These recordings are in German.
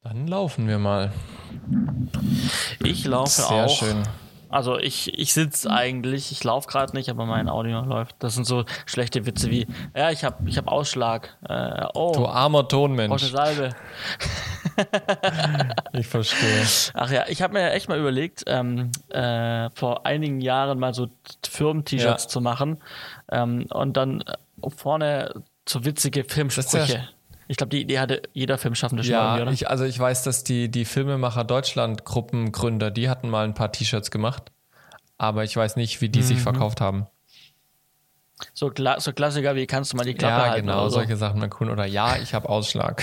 Dann laufen wir mal. Ich laufe Sehr auch. schön. Also ich sitze eigentlich, ich laufe gerade nicht, aber mein Audio läuft. Das sind so schlechte Witze wie, ja, ich hab Ausschlag. Du armer brauch eine Tonmensch. Salbe. Ich verstehe. Ach ja, ich habe mir echt mal überlegt, vor einigen Jahren mal so Firmen-T-Shirts Ja. zu machen und dann vorne so witzige Filmsprüche. ja- Ich glaube, die Idee hatte jeder Filmschaffende schon mal Ja, irgendwie, oder? ich weiß, dass die Filmemacher Deutschland Gruppengründer, die hatten mal ein paar T-Shirts gemacht, aber ich weiß nicht, wie die sich verkauft haben. So Klassiker wie kannst du mal die Klappe Ja, halten genau, oder so. solche Sachen mal cool. Oder ja, ich habe Ausschlag.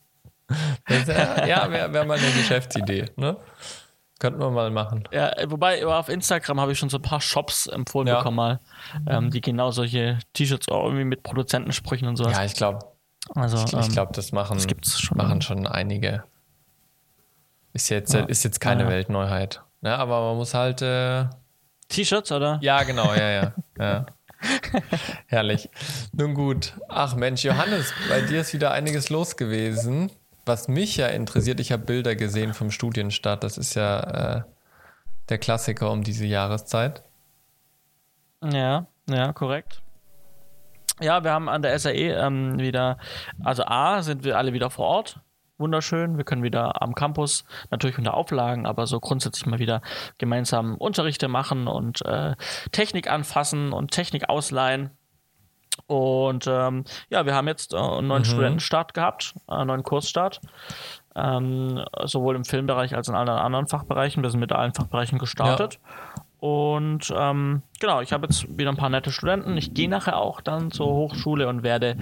Wär mal eine Geschäftsidee, ne? Könnten wir mal machen. Ja, wobei auf Instagram habe ich schon so ein paar Shops empfohlen Ja. bekommen mal, die genau solche T-Shirts auch irgendwie mit Produzentensprüchen und sowas. Ja, ich glaube, Also das machen gibt's schon. schon einige. Ist jetzt keine Ja. Weltneuheit. Ne? Aber man muss halt. T-Shirts, oder? Ja, genau, ja. Herrlich. Nun gut. Ach Mensch, Johannes, bei dir ist wieder einiges los gewesen. Was mich ja interessiert, ich habe Bilder gesehen vom Studienstart. Das ist ja der Klassiker um diese Jahreszeit. Ja, korrekt. Ja, wir haben an der SAE wieder, also A, sind wir alle wieder vor Ort. Wunderschön. Wir können wieder am Campus, natürlich unter Auflagen, aber so grundsätzlich mal wieder gemeinsam Unterrichte machen und Technik anfassen und Technik ausleihen. Und ja, wir haben jetzt einen neuen Studentenstart gehabt, einen neuen Kursstart. Sowohl im Filmbereich als auch in allen anderen Fachbereichen. Wir sind mit allen Fachbereichen gestartet. Und genau, ich habe jetzt wieder ein paar nette Studenten. Ich gehe nachher auch dann zur Hochschule und werde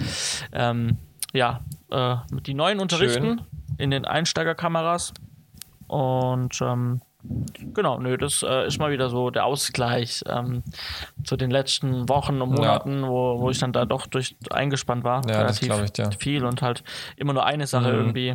die neuen unterrichten in den Einsteigerkameras. Und genau, das ist mal wieder so der Ausgleich zu den letzten Wochen und Monaten, wo ich dann da doch eingespannt war. Ja, das glaube ich dir. Viel und halt immer nur eine Sache irgendwie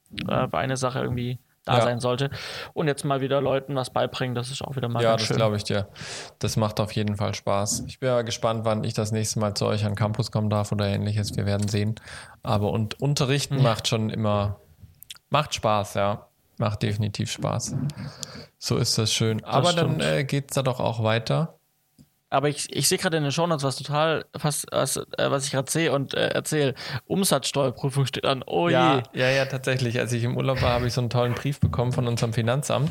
da sein sollte. Und jetzt mal wieder Leuten was beibringen, das ist auch wieder mal ganz schön. Ja, das glaube ich dir. Das macht auf jeden Fall Spaß. Ich bin ja gespannt, wann ich das nächste Mal zu euch an den Campus kommen darf oder ähnliches. Wir werden sehen. Aber Unterrichten macht Spaß, ja. Macht definitiv Spaß. So ist das schön. Aber dann geht es da doch auch weiter. Aber ich sehe gerade in den Shownotes was ich gerade sehe und erzähle. Umsatzsteuerprüfung steht an. Oh je. Ja, tatsächlich. Als ich im Urlaub war, habe ich so einen tollen Brief bekommen von unserem Finanzamt.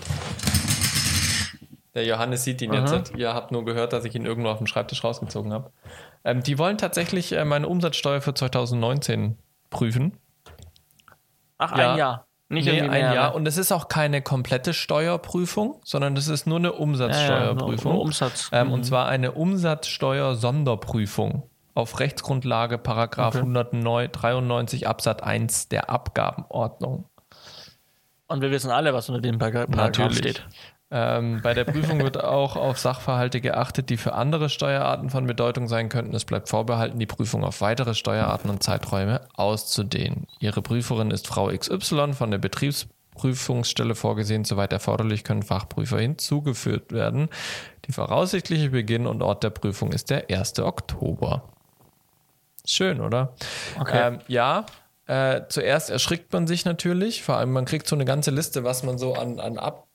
Der Johannes sieht ihn jetzt. Ihr habt nur gehört, dass ich ihn irgendwo auf dem Schreibtisch rausgezogen habe. Die wollen tatsächlich meine Umsatzsteuer für 2019 prüfen. Ach, ein Jahr. Nicht irgendwie mehr. Ein Jahr. Und es ist auch keine komplette Steuerprüfung, sondern das ist nur eine Umsatzsteuerprüfung. Nur Umsatz. Und zwar eine Umsatzsteuer-Sonderprüfung auf Rechtsgrundlage Paragraph 193 Absatz 1 der Abgabenordnung. Und wir wissen alle, was unter dem Paragraph steht. Bei der Prüfung wird auch auf Sachverhalte geachtet, die für andere Steuerarten von Bedeutung sein könnten. Es bleibt vorbehalten, die Prüfung auf weitere Steuerarten und Zeiträume auszudehnen. Ihre Prüferin ist Frau XY von der Betriebsprüfungsstelle vorgesehen. Soweit erforderlich können Fachprüfer hinzugefügt werden. Die voraussichtliche Beginn und Ort der Prüfung ist der 1. Oktober. Schön, oder? Okay. Zuerst erschrickt man sich natürlich, vor allem man kriegt so eine ganze Liste, was man so an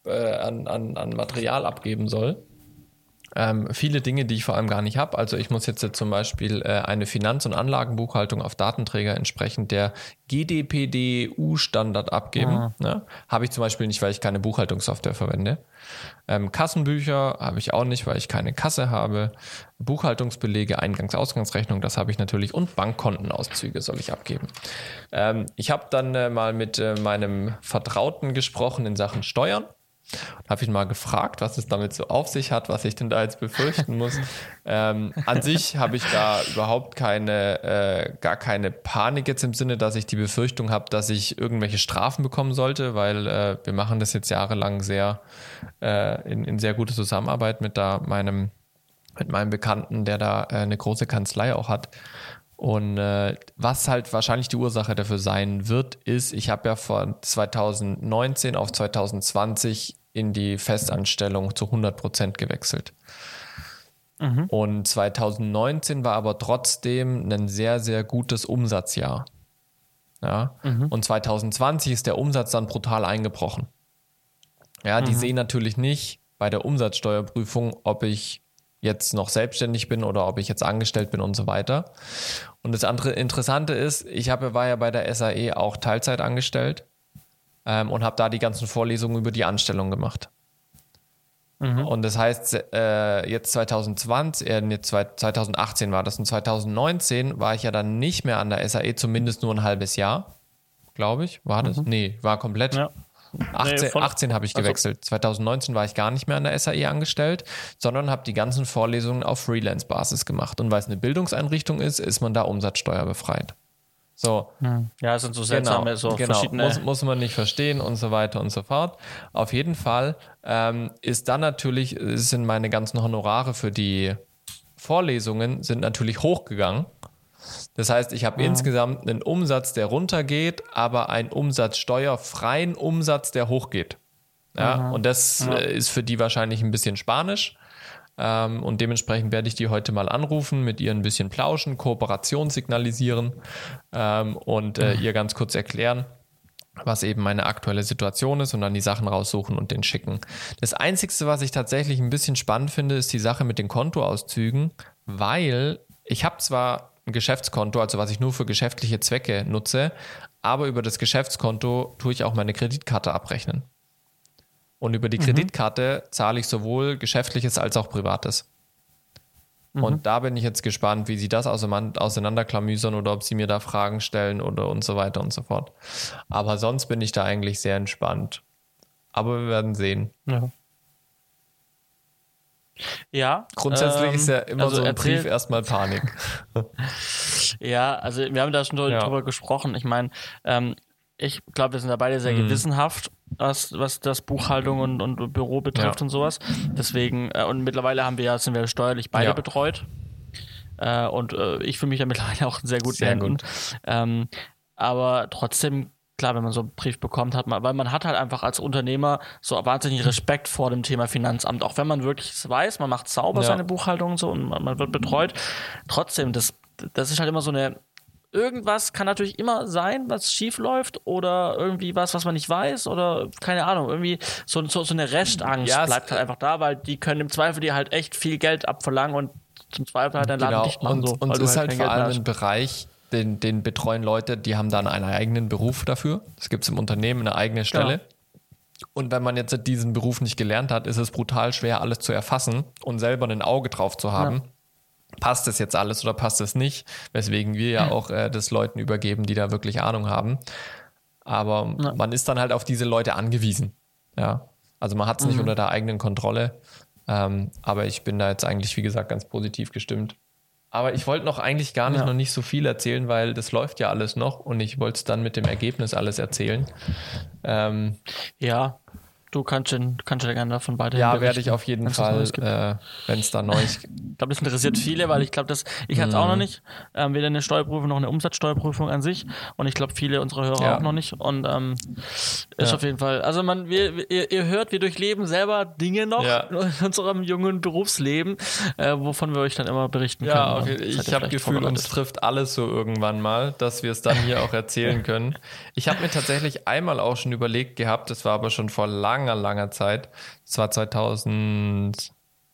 Material abgeben soll. Viele Dinge, die ich vor allem gar nicht habe. Also ich muss jetzt zum Beispiel eine Finanz- und Anlagenbuchhaltung auf Datenträger entsprechend der GDPDU-Standard abgeben. Ne? Habe ich zum Beispiel nicht, weil ich keine Buchhaltungssoftware verwende. Kassenbücher habe ich auch nicht, weil ich keine Kasse habe. Buchhaltungsbelege, Eingangs-Ausgangsrechnung, das habe ich natürlich. Und Bankkontenauszüge soll ich abgeben. Ich habe dann mal mit meinem Vertrauten gesprochen in Sachen Steuern. Habe ich ihn mal gefragt, was es damit so auf sich hat, was ich denn da jetzt befürchten muss. An sich habe ich da überhaupt gar keine Panik jetzt im Sinne, dass ich die Befürchtung habe, dass ich irgendwelche Strafen bekommen sollte, weil wir machen das jetzt jahrelang sehr in sehr gute Zusammenarbeit mit meinem Bekannten, der da eine große Kanzlei auch hat. Und was halt wahrscheinlich die Ursache dafür sein wird, ist, ich habe ja von 2019 auf 2020 in die Festanstellung zu 100% gewechselt. Und 2019 war aber trotzdem ein sehr, sehr gutes Umsatzjahr. Ja? Und 2020 ist der Umsatz dann brutal eingebrochen. Ja, die sehen natürlich nicht bei der Umsatzsteuerprüfung, ob ich jetzt noch selbstständig bin oder ob ich jetzt angestellt bin und so weiter. Und das andere Interessante ist, war ja bei der SAE auch Teilzeit angestellt und habe da die ganzen Vorlesungen über die Anstellung gemacht. Und das heißt, jetzt 2018 war das und 2019 war ich ja dann nicht mehr an der SAE, zumindest nur ein halbes Jahr, glaube ich. War das? Nee, war komplett. Ja. 18 habe ich gewechselt. 2019 war ich gar nicht mehr an der SAE angestellt, sondern habe die ganzen Vorlesungen auf Freelance-Basis gemacht. Und weil es eine Bildungseinrichtung ist man da umsatzsteuerbefreit. So. Ja, es sind so seltsame, verschiedene... Muss man nicht verstehen und so weiter und so fort. Auf jeden Fall sind meine ganzen Honorare für die Vorlesungen sind natürlich hochgegangen. Das heißt, ich habe insgesamt einen Umsatz, der runtergeht, aber einen umsatzsteuerfreien Umsatz, der hochgeht. Ja, und das ist für die wahrscheinlich ein bisschen Spanisch. Und dementsprechend werde ich die heute mal anrufen, mit ihr ein bisschen plauschen, Kooperation signalisieren und ihr ganz kurz erklären, was eben meine aktuelle Situation ist und dann die Sachen raussuchen und den schicken. Das Einzige, was ich tatsächlich ein bisschen spannend finde, ist die Sache mit den Kontoauszügen, weil ich habe zwar ein Geschäftskonto, also was ich nur für geschäftliche Zwecke nutze, aber über das Geschäftskonto tue ich auch meine Kreditkarte abrechnen. Und über die Kreditkarte zahle ich sowohl Geschäftliches als auch Privates. Und da bin ich jetzt gespannt, wie sie das auseinanderklamüsern oder ob sie mir da Fragen stellen oder und so weiter und so fort. Aber sonst bin ich da eigentlich sehr entspannt. Aber wir werden sehen. Ja. Grundsätzlich ist ja immer so ein Brief erstmal Panik. Ja, also wir haben da schon drüber gesprochen. Ich meine, ich glaube, wir sind da beide sehr gewissenhaft, was das Buchhaltung und Büro betrifft und sowas. Deswegen, und mittlerweile sind wir steuerlich beide betreut. Und ich fühle mich da mittlerweile auch sehr gut in Händen. Aber trotzdem, klar, wenn man so einen Brief bekommt, weil man hat halt einfach als Unternehmer so wahnsinnig Respekt vor dem Thema Finanzamt. Auch wenn man wirklich weiß, man macht sauber seine Buchhaltung und so und man wird betreut. Trotzdem, das ist halt immer so irgendwas kann natürlich immer sein, was schief läuft oder irgendwie was man nicht weiß oder keine Ahnung, irgendwie so eine Restangst bleibt halt einfach da, weil die können im Zweifel dir halt echt viel Geld abverlangen und zum Zweifel halt dein Laden dicht machen. Und es ist halt vor allem ein Bereich, den betreuen Leute, die haben dann einen eigenen Beruf dafür. Das gibt es im Unternehmen, eine eigene Stelle. Und wenn man jetzt diesen Beruf nicht gelernt hat, ist es brutal schwer, alles zu erfassen und selber ein Auge drauf zu haben. Passt das jetzt alles oder passt es nicht? Weswegen wir ja auch das Leuten übergeben, die da wirklich Ahnung haben. Aber man ist dann halt auf diese Leute angewiesen. Ja, also man hat es nicht unter der eigenen Kontrolle. Aber ich bin da jetzt eigentlich, wie gesagt, ganz positiv gestimmt. Aber ich wollte noch nicht so viel erzählen, weil das läuft ja alles noch und ich wollte es dann mit dem Ergebnis alles erzählen. Du kannst ja gerne davon weiterhin berichten. Ja, werde ich auf jeden Fall, wenn es da Neues gibt. Ich glaube, das interessiert viele, weil ich glaube, ich hatte es auch noch nicht. Weder eine Steuerprüfung noch eine Umsatzsteuerprüfung an sich. Und ich glaube, viele unserer Hörer auch noch nicht. Und ist auf jeden Fall, also ihr hört, wir durchleben selber Dinge noch in unserem jungen Berufsleben, wovon wir euch dann immer berichten können. Ja, okay. Ich habe Gefühl, uns trifft alles so irgendwann mal, dass wir es dann hier auch erzählen können. Ich habe mir tatsächlich einmal auch schon überlegt gehabt, das war aber schon vor langer Zeit. Das war 2000.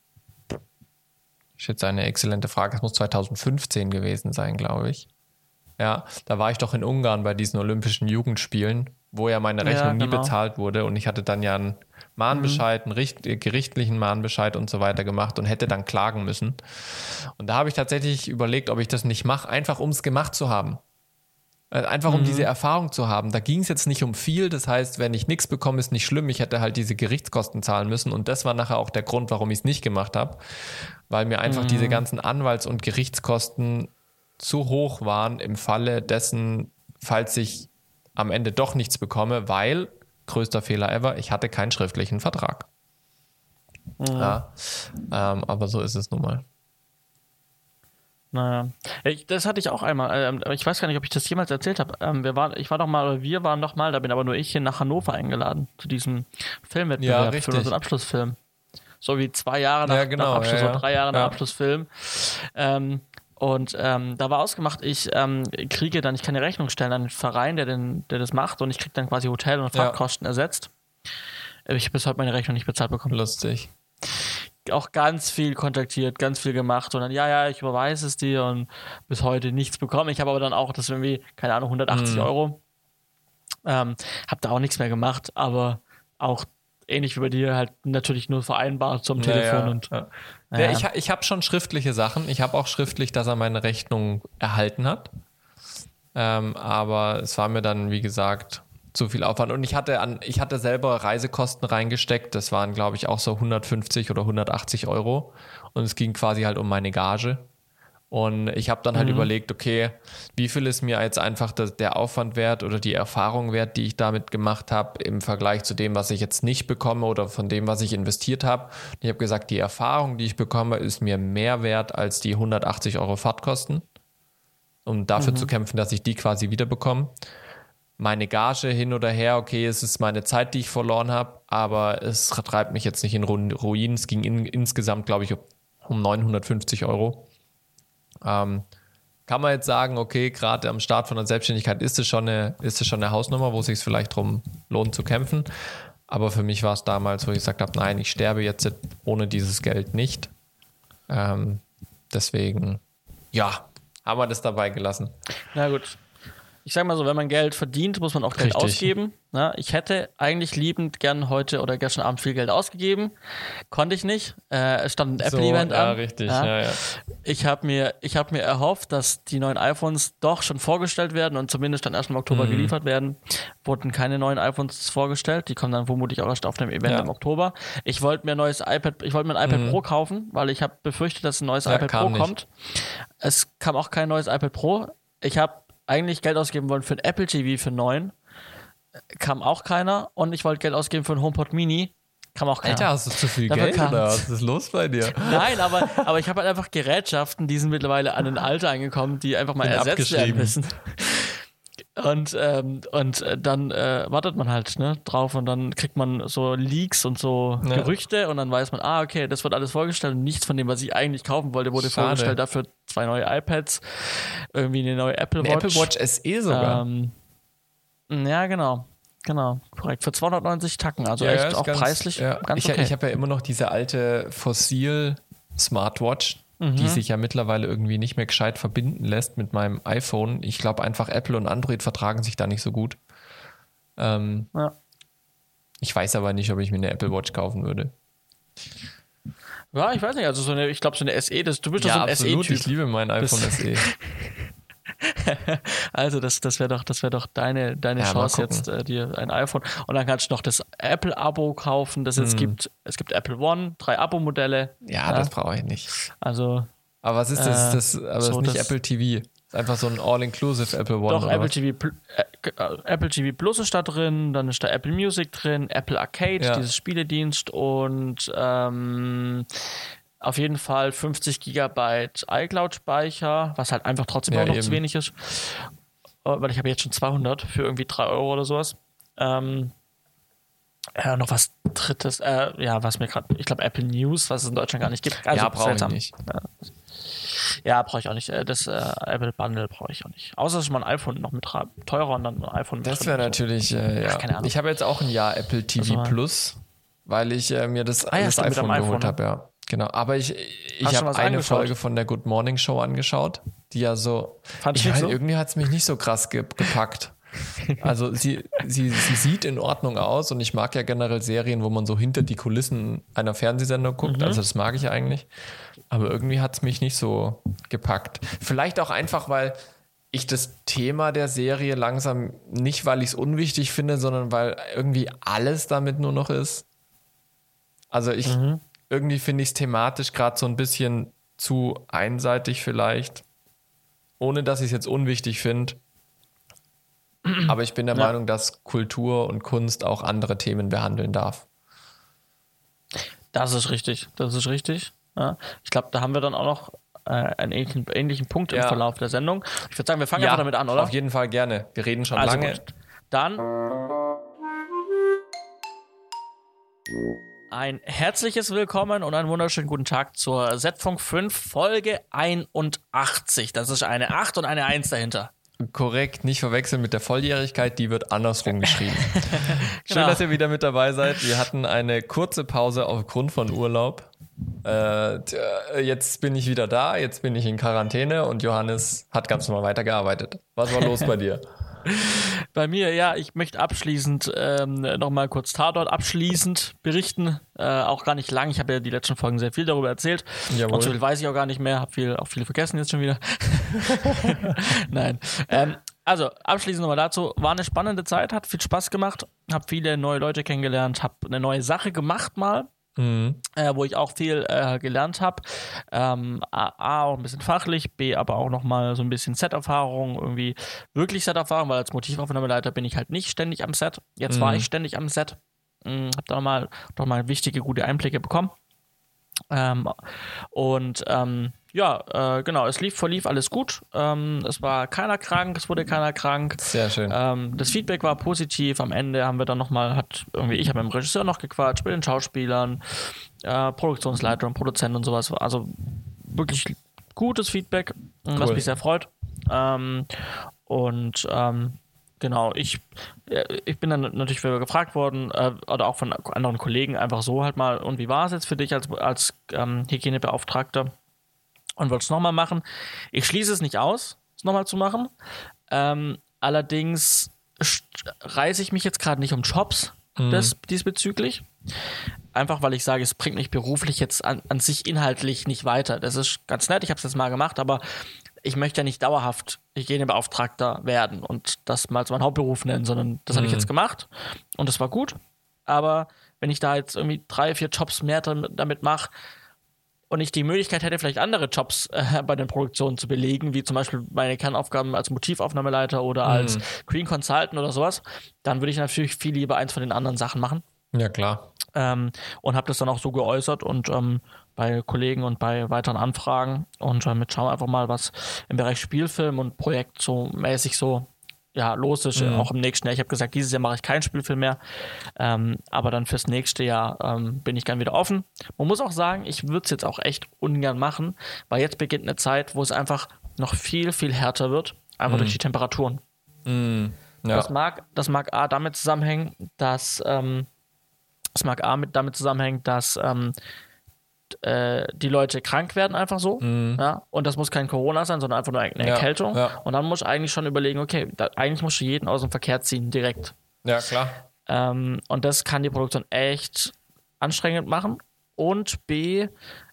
Ich schätze, eine exzellente Frage. Es muss 2015 gewesen sein, glaube ich. Ja, da war ich doch in Ungarn bei diesen Olympischen Jugendspielen, wo ja meine Rechnung nie bezahlt wurde und ich hatte dann ja einen Mahnbescheid, einen gerichtlichen Mahnbescheid und so weiter gemacht und hätte dann klagen müssen. Und da habe ich tatsächlich überlegt, ob ich das nicht mache, einfach um es gemacht zu haben. Einfach um diese Erfahrung zu haben. Da ging es jetzt nicht um viel. Das heißt, wenn ich nichts bekomme, ist nicht schlimm. Ich hätte halt diese Gerichtskosten zahlen müssen. Und das war nachher auch der Grund, warum ich es nicht gemacht habe. Weil mir einfach diese ganzen Anwalts- und Gerichtskosten zu hoch waren im Falle dessen, falls ich am Ende doch nichts bekomme, weil, größter Fehler ever, ich hatte keinen schriftlichen Vertrag. Aber so ist es nun mal. Naja, das hatte ich auch einmal. Ich weiß gar nicht, ob ich das jemals erzählt habe. Wir waren noch mal, da bin aber nur ich hier nach Hannover eingeladen zu diesem Filmwettbewerb für unseren Abschlussfilm. So wie 2 Jahre nach Abschluss oder 3 Jahre nach Abschlussfilm. Und da war ausgemacht, ich kriege dann, ich kann eine Rechnung stellen an den Verein, der das macht, und ich kriege dann quasi Hotel- und Fahrtkosten ersetzt. Ich habe bis heute meine Rechnung nicht bezahlt bekommen. Lustig. Auch ganz viel kontaktiert, ganz viel gemacht und dann, ich überweise es dir, und bis heute nichts bekommen. Ich habe aber dann auch das irgendwie, keine Ahnung, 180 Euro. Habe da auch nichts mehr gemacht, aber auch ähnlich wie bei dir halt natürlich nur vereinbart zum Telefon. Und ich habe schon schriftliche Sachen. Ich habe auch schriftlich, dass er meine Rechnung erhalten hat. Aber es war mir dann, wie gesagt, zu viel Aufwand. Und ich hatte selber Reisekosten reingesteckt. Das waren, glaube ich, auch so 150 oder 180 Euro. Und es ging quasi halt um meine Gage. Und ich habe dann halt überlegt, okay, wie viel ist mir jetzt einfach der Aufwand wert oder die Erfahrung wert, die ich damit gemacht habe, im Vergleich zu dem, was ich jetzt nicht bekomme oder von dem, was ich investiert habe. Und ich habe gesagt, die Erfahrung, die ich bekomme, ist mir mehr wert als die 180 Euro Fahrtkosten, um dafür zu kämpfen, dass ich die quasi wieder bekomme. Meine Gage hin oder her, okay, es ist meine Zeit, die ich verloren habe, aber es treibt mich jetzt nicht in Ruin. Es ging insgesamt, glaube ich, um 950 Euro. Kann man jetzt sagen, okay, gerade am Start von der Selbstständigkeit ist es schon eine Hausnummer, wo es sich vielleicht drum lohnt zu kämpfen. Aber für mich war es damals, wo ich gesagt habe, nein, ich sterbe jetzt ohne dieses Geld nicht. Deswegen, haben wir das dabei gelassen. Na gut. Ich sag mal so, wenn man Geld verdient, muss man auch Geld ausgeben. Na, ich hätte eigentlich liebend gern heute oder gestern Abend viel Geld ausgegeben. Konnte ich nicht. Es stand ein Apple-Event an. Richtig. Ich hab mir erhofft, dass die neuen iPhones doch schon vorgestellt werden und zumindest dann erst im Oktober geliefert werden. Wurden keine neuen iPhones vorgestellt. Die kommen dann vermutlich auch erst auf dem Event im Oktober. Ich wollte mir ein iPad Pro kaufen, weil ich habe befürchtet, dass ein neues iPad Pro kommt. Es kam auch kein neues iPad Pro. Ich habe eigentlich Geld ausgeben wollen für ein Apple TV für 9. Kam auch keiner. Und ich wollte Geld ausgeben für ein HomePod Mini. Kam auch keiner. Alter, hast du zu viel Geld oder was ist los bei dir? Nein, aber ich habe halt einfach Gerätschaften, die sind mittlerweile an ein Alter angekommen, die einfach mal ersetzt werden müssen. Und dann wartet man halt drauf und dann kriegt man so Leaks und so Gerüchte und dann weiß man, okay, das wird alles vorgestellt und nichts von dem, was ich eigentlich kaufen wollte, wurde vorgestellt. Dafür 2 neue iPads, irgendwie eine neue Apple Watch. Eine Apple Watch SE sogar. Ja, genau, korrekt. Für 290 Tacken, also echt auch preislich ganz okay. Ich habe ja immer noch diese alte Fossil Smartwatch, die sich ja mittlerweile irgendwie nicht mehr gescheit verbinden lässt mit meinem iPhone. Ich glaube einfach, Apple und Android vertragen sich da nicht so gut. Ich weiß aber nicht, ob ich mir eine Apple Watch kaufen würde. Ja, ich weiß nicht, also ich glaube so eine SE, du bist doch so ein absolut, SE-Typ. Ich liebe mein iPhone SE. Also das wäre doch deine Chance jetzt, dir ein iPhone. Und dann kannst du noch das Apple-Abo kaufen, das es gibt. Es gibt Apple One, 3 Abo-Modelle. Ja, das brauche ich nicht. Also. Aber was ist das? Aber so das ist nicht Apple TV. Das ist einfach so ein All-Inclusive Apple One. Doch, Apple TV Plus ist da drin, dann ist da Apple Music drin, Apple Arcade, dieses Spieledienst und auf jeden Fall 50 GB iCloud-Speicher, was halt einfach trotzdem auch noch zu wenig ist. Weil ich habe jetzt schon 200 für irgendwie 3 Euro oder sowas. Noch was Drittes, was mir gerade, ich glaube Apple News, was es in Deutschland gar nicht gibt. Also brauche ich nicht. Ja, brauche ich auch nicht. Das Apple Bundle brauche ich auch nicht. Außer dass ich mal ein iPhone noch mit teurer und dann ein iPhone mit. Das wäre natürlich, keine Ahnung. Ich habe jetzt auch ein Jahr Apple TV Plus, weil ich mir das iPhone geholt habe, ja. Genau, aber ich habe eine Folge von der Good Morning Show angeschaut, die ja so, irgendwie hat es mich nicht so krass gepackt. Also sie sieht in Ordnung aus und ich mag ja generell Serien, wo man so hinter die Kulissen einer Fernsehsendung guckt, also das mag ich eigentlich, aber irgendwie hat es mich nicht so gepackt. Vielleicht auch einfach, weil ich das Thema der Serie langsam, nicht weil ich es unwichtig finde, sondern weil irgendwie alles damit nur noch ist. Also irgendwie finde ich es thematisch gerade so ein bisschen zu einseitig vielleicht, ohne dass ich es jetzt unwichtig finde. Aber ich bin der Meinung, dass Kultur und Kunst auch andere Themen behandeln darf. Das ist richtig. Ja. Ich glaube, da haben wir dann auch noch einen ähnlichen Punkt im Verlauf der Sendung. Ich würde sagen, wir fangen einfach damit an, oder? Auf jeden Fall gerne. Wir reden schon lange. Gut. Dann Ein herzliches Willkommen und einen wunderschönen guten Tag zur Z-Funk 5 Folge 81. Das ist eine 8 und eine 1 dahinter. Korrekt, nicht verwechseln mit der Volljährigkeit, die wird andersrum geschrieben. Schön, Genau. dass ihr wieder mit dabei seid. Wir hatten eine kurze Pause aufgrund von Urlaub. Jetzt bin ich wieder da, jetzt bin ich in Quarantäne und Johannes hat ganz normal weitergearbeitet. Was war los bei dir? Bei mir, ja, ich möchte abschließend nochmal kurz Tatort abschließend berichten. Auch gar nicht lang. Ich habe ja die letzten Folgen sehr viel darüber erzählt. Jawohl. Und so viel weiß ich auch gar nicht mehr. Habe auch viel vergessen jetzt schon wieder. Nein. Also, abschließend nochmal dazu. War eine spannende Zeit, hat viel Spaß gemacht. Habe viele neue Leute kennengelernt. Habe eine neue Sache gemacht mal. Wo ich auch viel gelernt habe. A, auch ein bisschen fachlich, B, aber auch nochmal so ein bisschen Set-Erfahrung, irgendwie wirklich Set-Erfahrung, weil als Motivaufnahmeleiter bin ich halt nicht ständig am Set. Jetzt war ich ständig am Set. Habe da noch mal wichtige, gute Einblicke bekommen. Genau, es verlief alles gut. Es war keiner krank, es wurde keiner krank. Sehr schön. Das Feedback war positiv. Am Ende haben wir dann nochmal, ich habe mit dem Regisseur noch gequatscht, mit den Schauspielern, Produktionsleiter und Produzenten und sowas. Also wirklich gutes Feedback, was mich sehr freut. Genau, ich bin dann natürlich gefragt worden, oder auch von anderen Kollegen, einfach so halt mal, und wie war es jetzt für dich als Hygienebeauftragter? Und wollte es nochmal machen. Ich schließe es nicht aus, es nochmal zu machen. Allerdings reiße ich mich jetzt gerade nicht um Jobs diesbezüglich. Einfach, weil ich sage, es bringt mich beruflich jetzt an sich inhaltlich nicht weiter. Das ist ganz nett, ich habe es jetzt mal gemacht, aber ich möchte ja nicht dauerhaft Hygienebeauftragter werden und das mal zu meinem Hauptberuf nennen, sondern das habe ich jetzt gemacht und das war gut. Aber wenn ich da jetzt irgendwie 3, 4 Jobs mehr damit mache und ich die Möglichkeit hätte, vielleicht andere Jobs bei den Produktionen zu belegen, wie zum Beispiel meine Kernaufgaben als Motivaufnahmeleiter oder als Green Consultant oder sowas, dann würde ich natürlich viel lieber eins von den anderen Sachen machen. Ja, klar. Und habe das dann auch so geäußert und bei Kollegen und bei weiteren Anfragen und mit schauen wir einfach mal, was im Bereich Spielfilm und Projekt so mäßig so los ist, auch im nächsten Jahr. Ich habe gesagt, dieses Jahr mache ich keinen Spielfilm mehr, aber dann fürs nächste Jahr bin ich dann wieder offen. Man muss auch sagen, ich würde es jetzt auch echt ungern machen, weil jetzt beginnt eine Zeit, wo es einfach noch viel, viel härter wird, einfach durch die Temperaturen. Ja. Das mag damit zusammenhängen, dass die Leute krank werden einfach so. Ja? Und das muss kein Corona sein, sondern einfach nur eine Erkältung. Ja. Und dann musst du eigentlich schon überlegen, okay, eigentlich musst du jeden aus dem Verkehr ziehen, direkt. Ja, klar. Und das kann die Produktion echt anstrengend machen. Und B,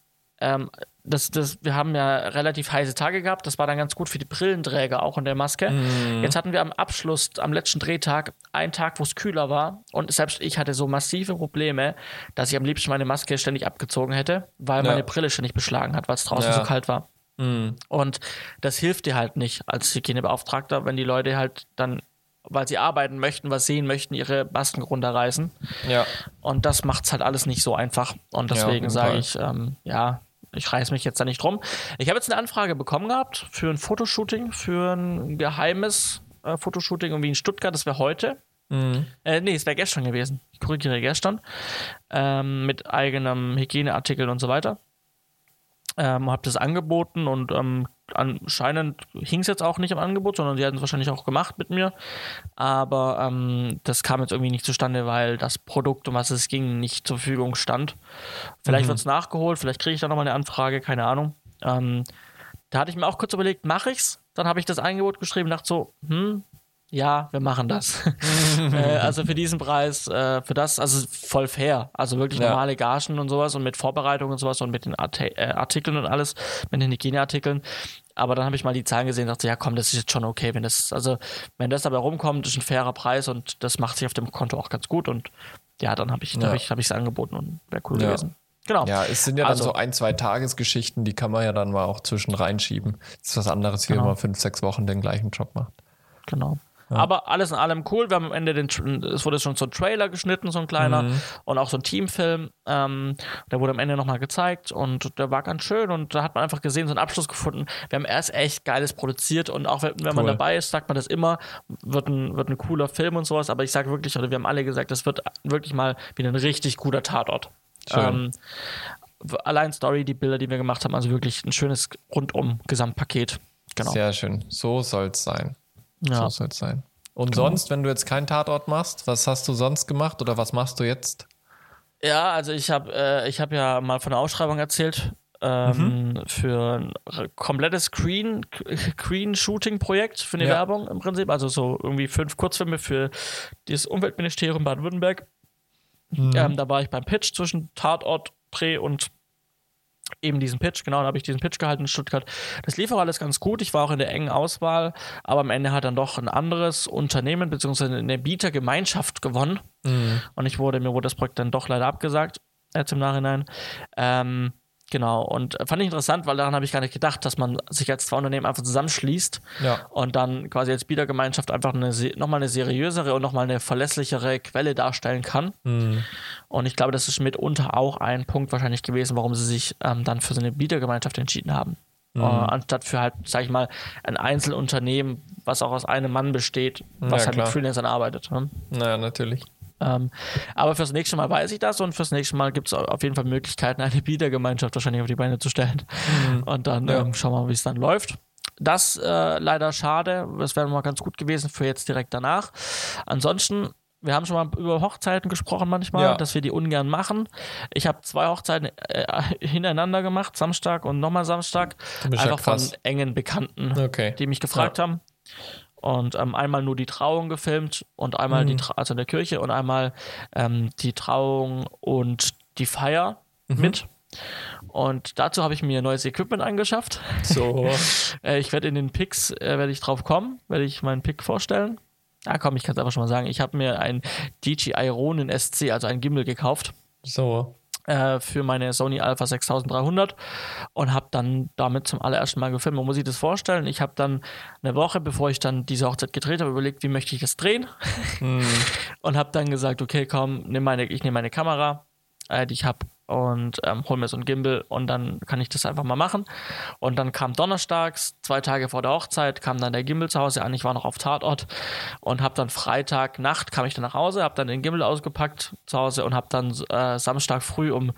wir haben ja relativ heiße Tage gehabt, das war dann ganz gut für die Brillenträger auch und der Maske. Jetzt hatten wir am Abschluss, am letzten Drehtag, einen Tag, wo es kühler war und selbst ich hatte so massive Probleme, dass ich am liebsten meine Maske ständig abgezogen hätte, weil meine Brille ständig beschlagen hat, weil es draußen so kalt war. Und das hilft dir halt nicht als Hygienebeauftragter, wenn die Leute halt dann, weil sie arbeiten möchten, was sehen möchten, ihre Masken runterreißen. Ja. Und das macht es halt alles nicht so einfach. Und deswegen sage ich, ich reiß mich jetzt da nicht drum. Ich habe jetzt eine Anfrage bekommen gehabt für ein Fotoshooting, für ein geheimes Fotoshooting irgendwie in Stuttgart. Das wäre heute. Es wäre gestern gewesen. Ich korrigiere gestern. Mit eigenem Hygieneartikel und so weiter. Habe das angeboten und anscheinend hing es jetzt auch nicht am Angebot, sondern sie hatten es wahrscheinlich auch gemacht mit mir. Aber das kam jetzt irgendwie nicht zustande, weil das Produkt, um was es ging, nicht zur Verfügung stand. Vielleicht wird es nachgeholt, vielleicht kriege ich da nochmal eine Anfrage, keine Ahnung. Da hatte ich mir auch kurz überlegt, mache ich's? Dann habe ich das Angebot geschrieben und dachte so, ja, wir machen das. Also für diesen Preis, für das, also voll fair. Also wirklich normale Gagen und sowas und mit Vorbereitung und sowas und mit den Artikeln und alles, mit den Hygieneartikeln. Aber dann habe ich mal die Zahlen gesehen und dachte, ja komm, das ist jetzt schon okay, wenn das dabei rumkommt, ist ein fairer Preis und das macht sich auf dem Konto auch ganz gut und ja, dann habe ich es angeboten und wäre cool gewesen. Genau. Ja, es sind ja dann so 1-2 Tagesgeschichten, die kann man ja dann mal auch zwischen reinschieben. Das ist was anderes, wie wenn man 5-6 Wochen den gleichen Job macht. Genau. Ja. Aber alles in allem cool. Wir haben am Ende es wurde schon so ein Trailer geschnitten, so ein kleiner, und auch so ein Teamfilm. Der wurde am Ende nochmal gezeigt und der war ganz schön und da hat man einfach gesehen, so einen Abschluss gefunden. Wir haben erst echt Geiles produziert und auch wenn man dabei ist, sagt man das immer, wird ein cooler Film und sowas, aber ich sage wirklich, oder wir haben alle gesagt, das wird wirklich mal wieder ein richtig guter Tatort. Schön. Allein Story, die Bilder, die wir gemacht haben, also wirklich ein schönes Rundum-Gesamtpaket. Genau. Sehr schön. So soll es sein. Ja. So soll es sein. Und sonst, wenn du jetzt keinen Tatort machst, was hast du sonst gemacht oder was machst du jetzt? Ja, also ich hab ja mal von der Ausschreibung erzählt für ein komplettes Screen-Shooting-Projekt für eine Werbung im Prinzip. Also so irgendwie 5 Kurzfilme für das Umweltministerium Baden-Württemberg. Da war ich beim Pitch zwischen Tatort, Dreh und eben diesen Pitch. Genau, da habe ich diesen Pitch gehalten in Stuttgart. Das lief auch alles ganz gut. Ich war auch in der engen Auswahl, aber am Ende hat dann doch ein anderes Unternehmen bzw. eine Bietergemeinschaft gewonnen. Und mir wurde das Projekt dann doch leider abgesagt, jetzt im Nachhinein. Genau, und fand ich interessant, weil daran habe ich gar nicht gedacht, dass man sich als 2 Unternehmen einfach zusammenschließt und dann quasi als Bietergemeinschaft einfach nochmal eine seriösere und nochmal eine verlässlichere Quelle darstellen kann. Und ich glaube, das ist mitunter auch ein Punkt wahrscheinlich gewesen, warum sie sich dann für so eine Bietergemeinschaft entschieden haben. Anstatt für halt, sag ich mal, ein Einzelunternehmen, was auch aus einem Mann besteht, was halt mit Freelancern arbeitet. Ne? Naja, natürlich. Aber fürs nächste Mal weiß ich das und fürs nächste Mal gibt es auf jeden Fall Möglichkeiten, eine Bietergemeinschaft wahrscheinlich auf die Beine zu stellen. Und dann schauen wir mal, wie es dann läuft. Das leider schade. Das wäre mal ganz gut gewesen für jetzt direkt danach. Ansonsten, wir haben schon mal über Hochzeiten gesprochen manchmal, dass wir die ungern machen. Ich habe 2 Hochzeiten hintereinander gemacht, Samstag und nochmal Samstag. Einfach von engen Bekannten, die mich gefragt haben. Und einmal nur die Trauung gefilmt und einmal also in der Kirche und einmal die Trauung und die Feier mit. Und dazu habe ich mir neues Equipment angeschafft. So. Ich werde in den Pics, werde ich drauf kommen, werde ich meinen Pic vorstellen. Komm, ich kann es einfach schon mal sagen. Ich habe mir ein DJI Ronin SC, also ein Gimbal gekauft. So. Für meine Sony Alpha 6300 und habe dann damit zum allerersten Mal gefilmt. Man muss sich das vorstellen, ich habe dann eine Woche, bevor ich dann diese Hochzeit gedreht habe, überlegt, wie möchte ich das drehen und habe dann gesagt, okay, komm, ich nehme meine Kamera, die ich habe und hol mir so ein Gimbal und dann kann ich das einfach mal machen. Und dann kam donnerstags, 2 Tage vor der Hochzeit, kam dann der Gimbal zu Hause an. Ich war noch auf Tatort und habe dann Freitagnacht kam ich dann nach Hause, habe dann den Gimbal ausgepackt zu Hause und habe dann Samstag früh um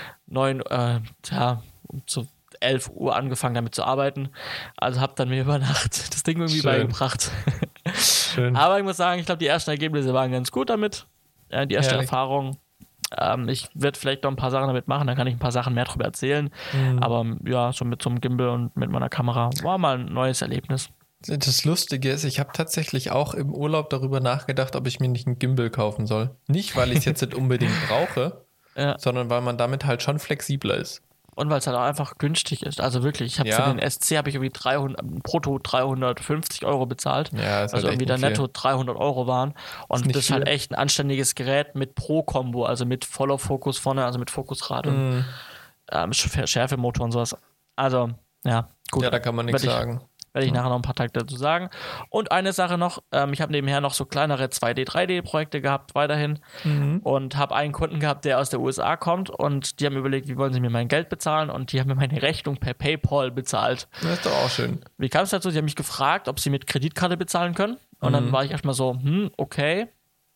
11 Uhr angefangen damit zu arbeiten. Also habe dann mir über Nacht das Ding irgendwie beigebracht. Schön. Aber ich muss sagen, ich glaube, die ersten Ergebnisse waren ganz gut damit. Die erste Erfahrung. Ich werde vielleicht noch ein paar Sachen damit machen, dann kann ich ein paar Sachen mehr darüber erzählen. Aber ja, so mit so einem Gimbal und mit meiner Kamera war mal ein neues Erlebnis. Das Lustige ist, ich habe tatsächlich auch im Urlaub darüber nachgedacht, ob ich mir nicht einen Gimbal kaufen soll. Nicht, weil ich es jetzt nicht unbedingt brauche, sondern weil man damit halt schon flexibler ist. Und weil es halt auch einfach günstig ist. Also wirklich, ich habe für den SC habe ich irgendwie brutto 350 € bezahlt. Ja, also halt irgendwie der netto 300 € waren. Und das ist halt echt ein anständiges Gerät mit Pro-Kombo, also mit voller Fokus vorne, also mit Fokusrad und Schärfemotor und sowas. Also, ja, gut. Ja, da kann man nichts sagen. Werde ich nachher noch ein paar Tage dazu sagen. Und eine Sache noch, ich habe nebenher noch so kleinere 2D, 3D-Projekte gehabt, weiterhin. Und habe einen Kunden gehabt, der aus der USA kommt und die haben überlegt, wie wollen sie mir mein Geld bezahlen und die haben mir meine Rechnung per PayPal bezahlt. Das ist doch auch schön. Wie kam es dazu? Sie haben mich gefragt, ob sie mit Kreditkarte bezahlen können und dann war ich erstmal so, okay,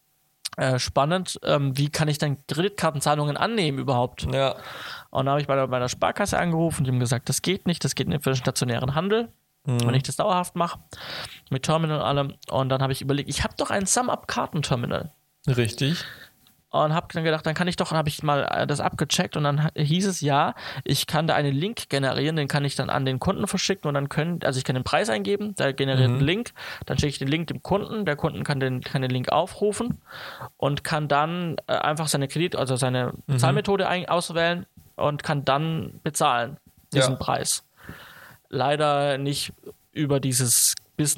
spannend, wie kann ich dann Kreditkartenzahlungen annehmen überhaupt? Ja. Und dann habe ich bei der Sparkasse angerufen und die haben gesagt, das geht nicht für den stationären Handel. Wenn ich das dauerhaft mache, mit Terminal und allem. Und dann habe ich überlegt, ich habe doch ein SumUp-Kartenterminal. Richtig. Und habe dann gedacht, habe ich mal das abgecheckt und dann hieß es, ich kann da einen Link generieren, den kann ich dann an den Kunden verschicken und dann ich kann den Preis eingeben, der generiert einen Link, dann schicke ich den Link dem Kunden, der Kunden kann den Link aufrufen und kann dann einfach seine seine Bezahlmethode auswählen und kann dann bezahlen, diesen Preis. Leider nicht über dieses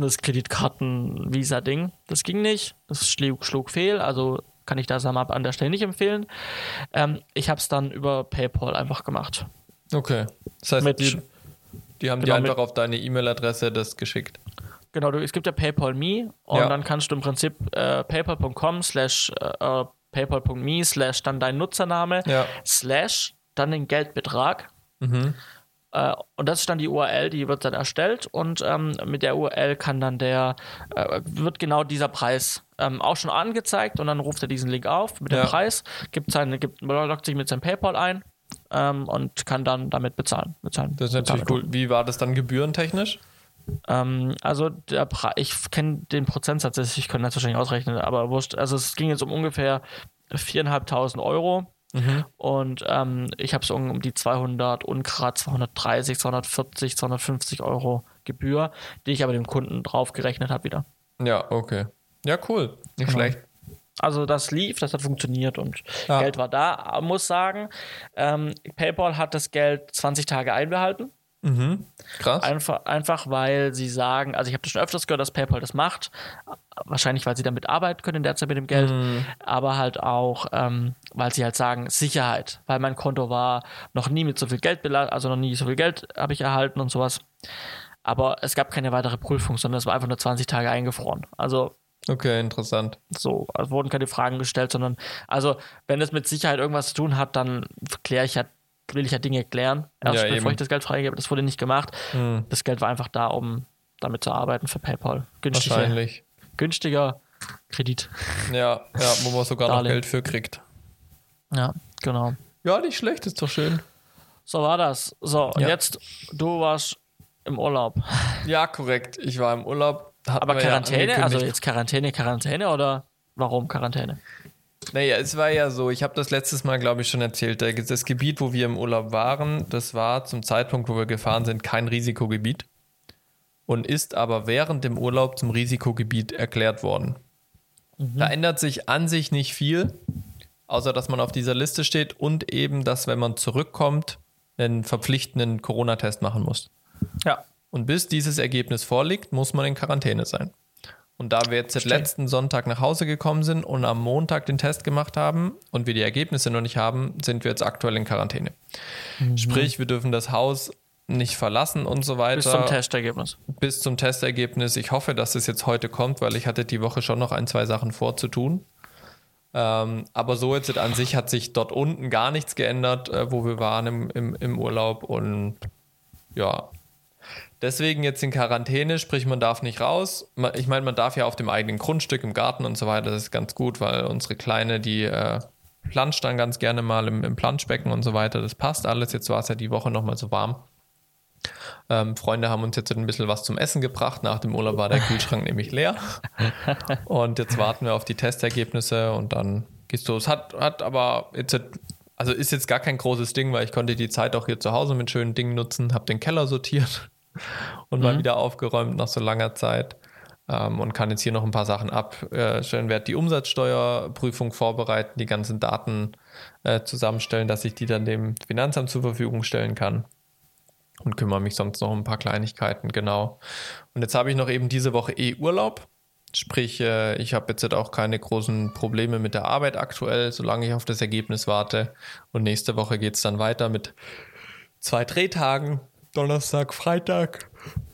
Business-Kreditkarten-Visa-Ding. Das ging nicht. Das schlug fehl. Also kann ich das an der Stelle nicht empfehlen. Ich habe es dann über PayPal einfach gemacht. Okay. Das heißt, die haben dir einfach auf deine E-Mail-Adresse das geschickt. Genau, es gibt ja PayPal Me und dann kannst du im Prinzip paypal.com/paypal.me/ dann dein Nutzername / dann den Geldbetrag. Und das ist dann die URL, die wird dann erstellt und mit der URL kann dann wird genau dieser Preis auch schon angezeigt und dann ruft er diesen Link auf mit dem Preis, loggt sich mit seinem PayPal ein und kann dann damit bezahlen. Das ist natürlich cool. Wie war das dann gebührentechnisch? Also ich kenne den Prozentsatz, ich könnte das wahrscheinlich ausrechnen, aber wurscht. Also es ging jetzt um ungefähr 4.500 Euro. Und ich habe so um die 200 und gerade 230, 240, 250 Euro Gebühr, die ich aber dem Kunden draufgerechnet habe wieder. Ja, okay. Ja, cool. Nicht schlecht. Also das lief, das hat funktioniert und Geld war da. Muss sagen, PayPal hat das Geld 20 Tage einbehalten. Krass. Einfach weil sie sagen, also ich habe das schon öfters gehört, dass PayPal das macht, wahrscheinlich weil sie damit arbeiten können in der Zeit mit dem Geld, aber halt auch, weil sie halt sagen, Sicherheit, weil mein Konto war noch nie mit so viel Geld belastet, also noch nie so viel Geld habe ich erhalten und sowas, aber es gab keine weitere Prüfung, sondern es war einfach nur 20 Tage eingefroren, also okay, interessant. so, es wurden keine Fragen gestellt, sondern, also wenn es mit Sicherheit irgendwas zu tun hat, dann will ich ja Dinge klären, bevor ich das Geld freigebe. Das wurde nicht gemacht. Das Geld war einfach da, um damit zu arbeiten für PayPal. Günstiger Kredit. Ja, wo man sogar noch Geld für kriegt. Ja, genau. Ja, nicht schlecht, ist doch schön. So war das. So, und jetzt, du warst im Urlaub. Ja, korrekt. Ich war im Urlaub. Aber Quarantäne? Also jetzt Quarantäne oder warum Quarantäne? Naja, es war ja so, ich habe das letztes Mal, glaube ich, schon erzählt, das Gebiet, wo wir im Urlaub waren, das war zum Zeitpunkt, wo wir gefahren sind, kein Risikogebiet und ist aber während dem Urlaub zum Risikogebiet erklärt worden. Da ändert sich an sich nicht viel, außer dass man auf dieser Liste steht und eben, dass, wenn man zurückkommt, einen verpflichtenden Corona-Test machen muss. Ja. Und bis dieses Ergebnis vorliegt, muss man in Quarantäne sein. Und da wir jetzt letzten Sonntag nach Hause gekommen sind und am Montag den Test gemacht haben und wir die Ergebnisse noch nicht haben, sind wir jetzt aktuell in Quarantäne. Sprich, wir dürfen das Haus nicht verlassen und so weiter. Bis zum Testergebnis. Ich hoffe, dass es jetzt heute kommt, weil ich hatte die Woche schon noch 1-2 Sachen vorzutun. Aber so jetzt an sich hat sich dort unten gar nichts geändert, wo wir waren im Urlaub und ja, deswegen jetzt in Quarantäne, sprich man darf nicht raus. Ich meine, man darf ja auf dem eigenen Grundstück, im Garten und so weiter, das ist ganz gut, weil unsere Kleine, die planscht dann ganz gerne mal im Planschbecken und so weiter, das passt alles. Jetzt war es ja die Woche nochmal so warm. Freunde haben uns jetzt ein bisschen was zum Essen gebracht. Nach dem Urlaub war der Kühlschrank nämlich leer. Und jetzt warten wir auf die Testergebnisse und dann geht's los. Hat aber jetzt... Also ist jetzt gar kein großes Ding, weil ich konnte die Zeit auch hier zu Hause mit schönen Dingen nutzen, habe den Keller sortiert und mal wieder aufgeräumt nach so langer Zeit und kann jetzt hier noch ein paar Sachen abstellen, werde die Umsatzsteuerprüfung vorbereiten, die ganzen Daten zusammenstellen, dass ich die dann dem Finanzamt zur Verfügung stellen kann und kümmere mich sonst noch um ein paar Kleinigkeiten, genau. Und jetzt habe ich noch eben diese Woche Urlaub. Sprich, ich habe jetzt auch keine großen Probleme mit der Arbeit aktuell, solange ich auf das Ergebnis warte. Und nächste Woche geht es dann weiter mit 2 Drehtagen, Donnerstag, Freitag.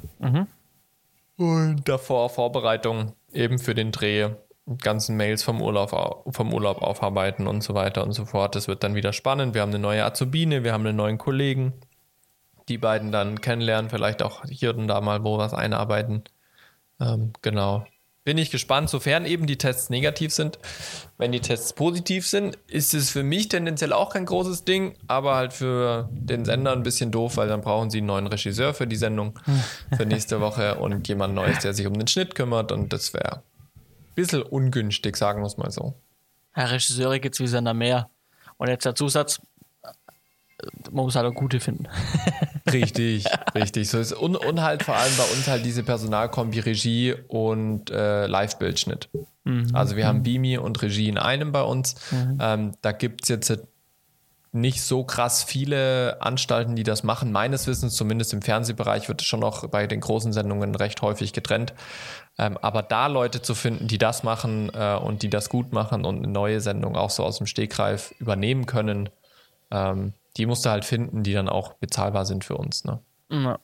Und davor Vorbereitung eben für den Dreh, ganzen Mails vom Urlaub aufarbeiten und so weiter und so fort. Das wird dann wieder spannend. Wir haben eine neue Azubine, wir haben einen neuen Kollegen. Die beiden dann kennenlernen, vielleicht auch hier und da mal wo was einarbeiten. Genau. Bin ich gespannt, sofern eben die Tests negativ sind. Wenn die Tests positiv sind, ist es für mich tendenziell auch kein großes Ding, aber halt für den Sender ein bisschen doof, weil dann brauchen sie einen neuen Regisseur für die Sendung für nächste Woche und jemand Neues, der sich um den Schnitt kümmert und das wäre ein bisschen ungünstig, sagen wir es mal so. Ja, Regisseure gibt es wie Sender mehr. Und jetzt der Zusatz, man muss halt auch gute finden. Richtig. So ist und halt vor allem bei uns halt diese Personalkombi Regie und Live-Bildschnitt. Also wir haben Beamy und Regie in einem bei uns. Da gibt es jetzt nicht so krass viele Anstalten, die das machen. Meines Wissens, zumindest im Fernsehbereich, wird es schon noch bei den großen Sendungen recht häufig getrennt. Aber da Leute zu finden, die das machen und die das gut machen und eine neue Sendung auch so aus dem Stegreif übernehmen können, die musst du halt finden, die dann auch bezahlbar sind für uns. Ne? Na.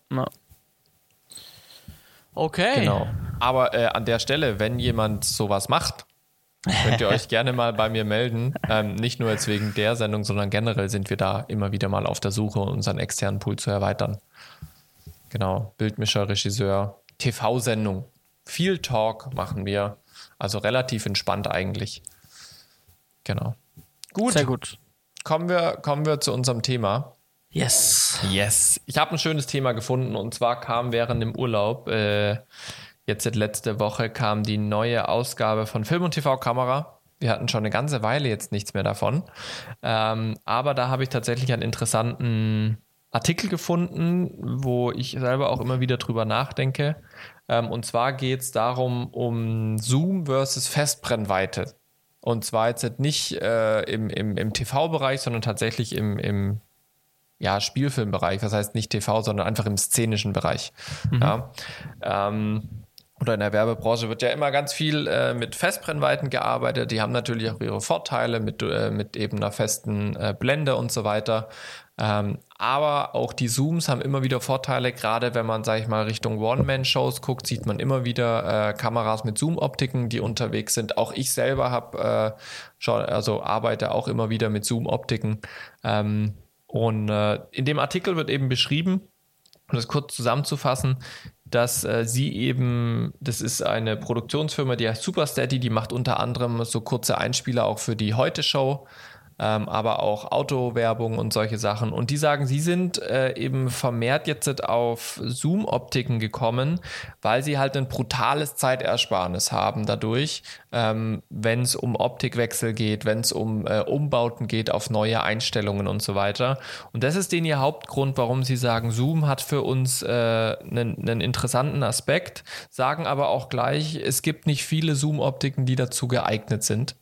Okay. Genau. Aber an der Stelle, wenn jemand sowas macht Könnt ihr euch gerne mal bei mir melden. Nicht nur jetzt wegen der Sendung, sondern generell sind wir da immer wieder mal auf der Suche, unseren externen Pool zu erweitern. Genau, Bildmischer, Regisseur, TV-Sendung. Viel Talk machen wir. Also relativ entspannt eigentlich. Genau. Gut. Sehr gut. Kommen wir zu unserem Thema. Yes. Ich habe ein schönes Thema gefunden und zwar kam während dem Urlaub, jetzt letzte Woche, kam die neue Ausgabe von Film und TV-Kamera. Wir hatten schon eine ganze Weile jetzt nichts mehr davon. Aber da habe ich tatsächlich einen interessanten Artikel gefunden, wo ich selber auch immer wieder drüber nachdenke. Und zwar geht es darum, um Zoom versus Festbrennweite. Und zwar jetzt nicht im TV-Bereich, sondern tatsächlich im Spielfilmbereich. Das heißt nicht TV, sondern einfach im szenischen Bereich. Ja. Oder in der Werbebranche wird ja immer ganz viel mit Festbrennweiten gearbeitet. Die haben natürlich auch ihre Vorteile mit eben einer festen Blende und so weiter. Aber auch die Zooms haben immer wieder Vorteile. Gerade wenn man, sage ich mal, Richtung One-Man-Shows guckt, sieht man immer wieder Kameras mit Zoom-Optiken, die unterwegs sind. Auch ich selber arbeite auch immer wieder mit Zoom-Optiken. Und in dem Artikel wird eben beschrieben, um das kurz zusammenzufassen, dass das ist eine Produktionsfirma, die heißt Supersteady, die macht unter anderem so kurze Einspieler auch für die Heute-Show, aber auch Autowerbung und solche Sachen. Und die sagen, sie sind eben vermehrt jetzt auf Zoom-Optiken gekommen, weil sie halt ein brutales Zeitersparnis haben dadurch, wenn es um Optikwechsel geht, wenn es um Umbauten geht auf neue Einstellungen und so weiter. Und das ist ihr Hauptgrund, warum sie sagen, Zoom hat für uns einen interessanten Aspekt, sagen aber auch gleich, es gibt nicht viele Zoom-Optiken, die dazu geeignet sind.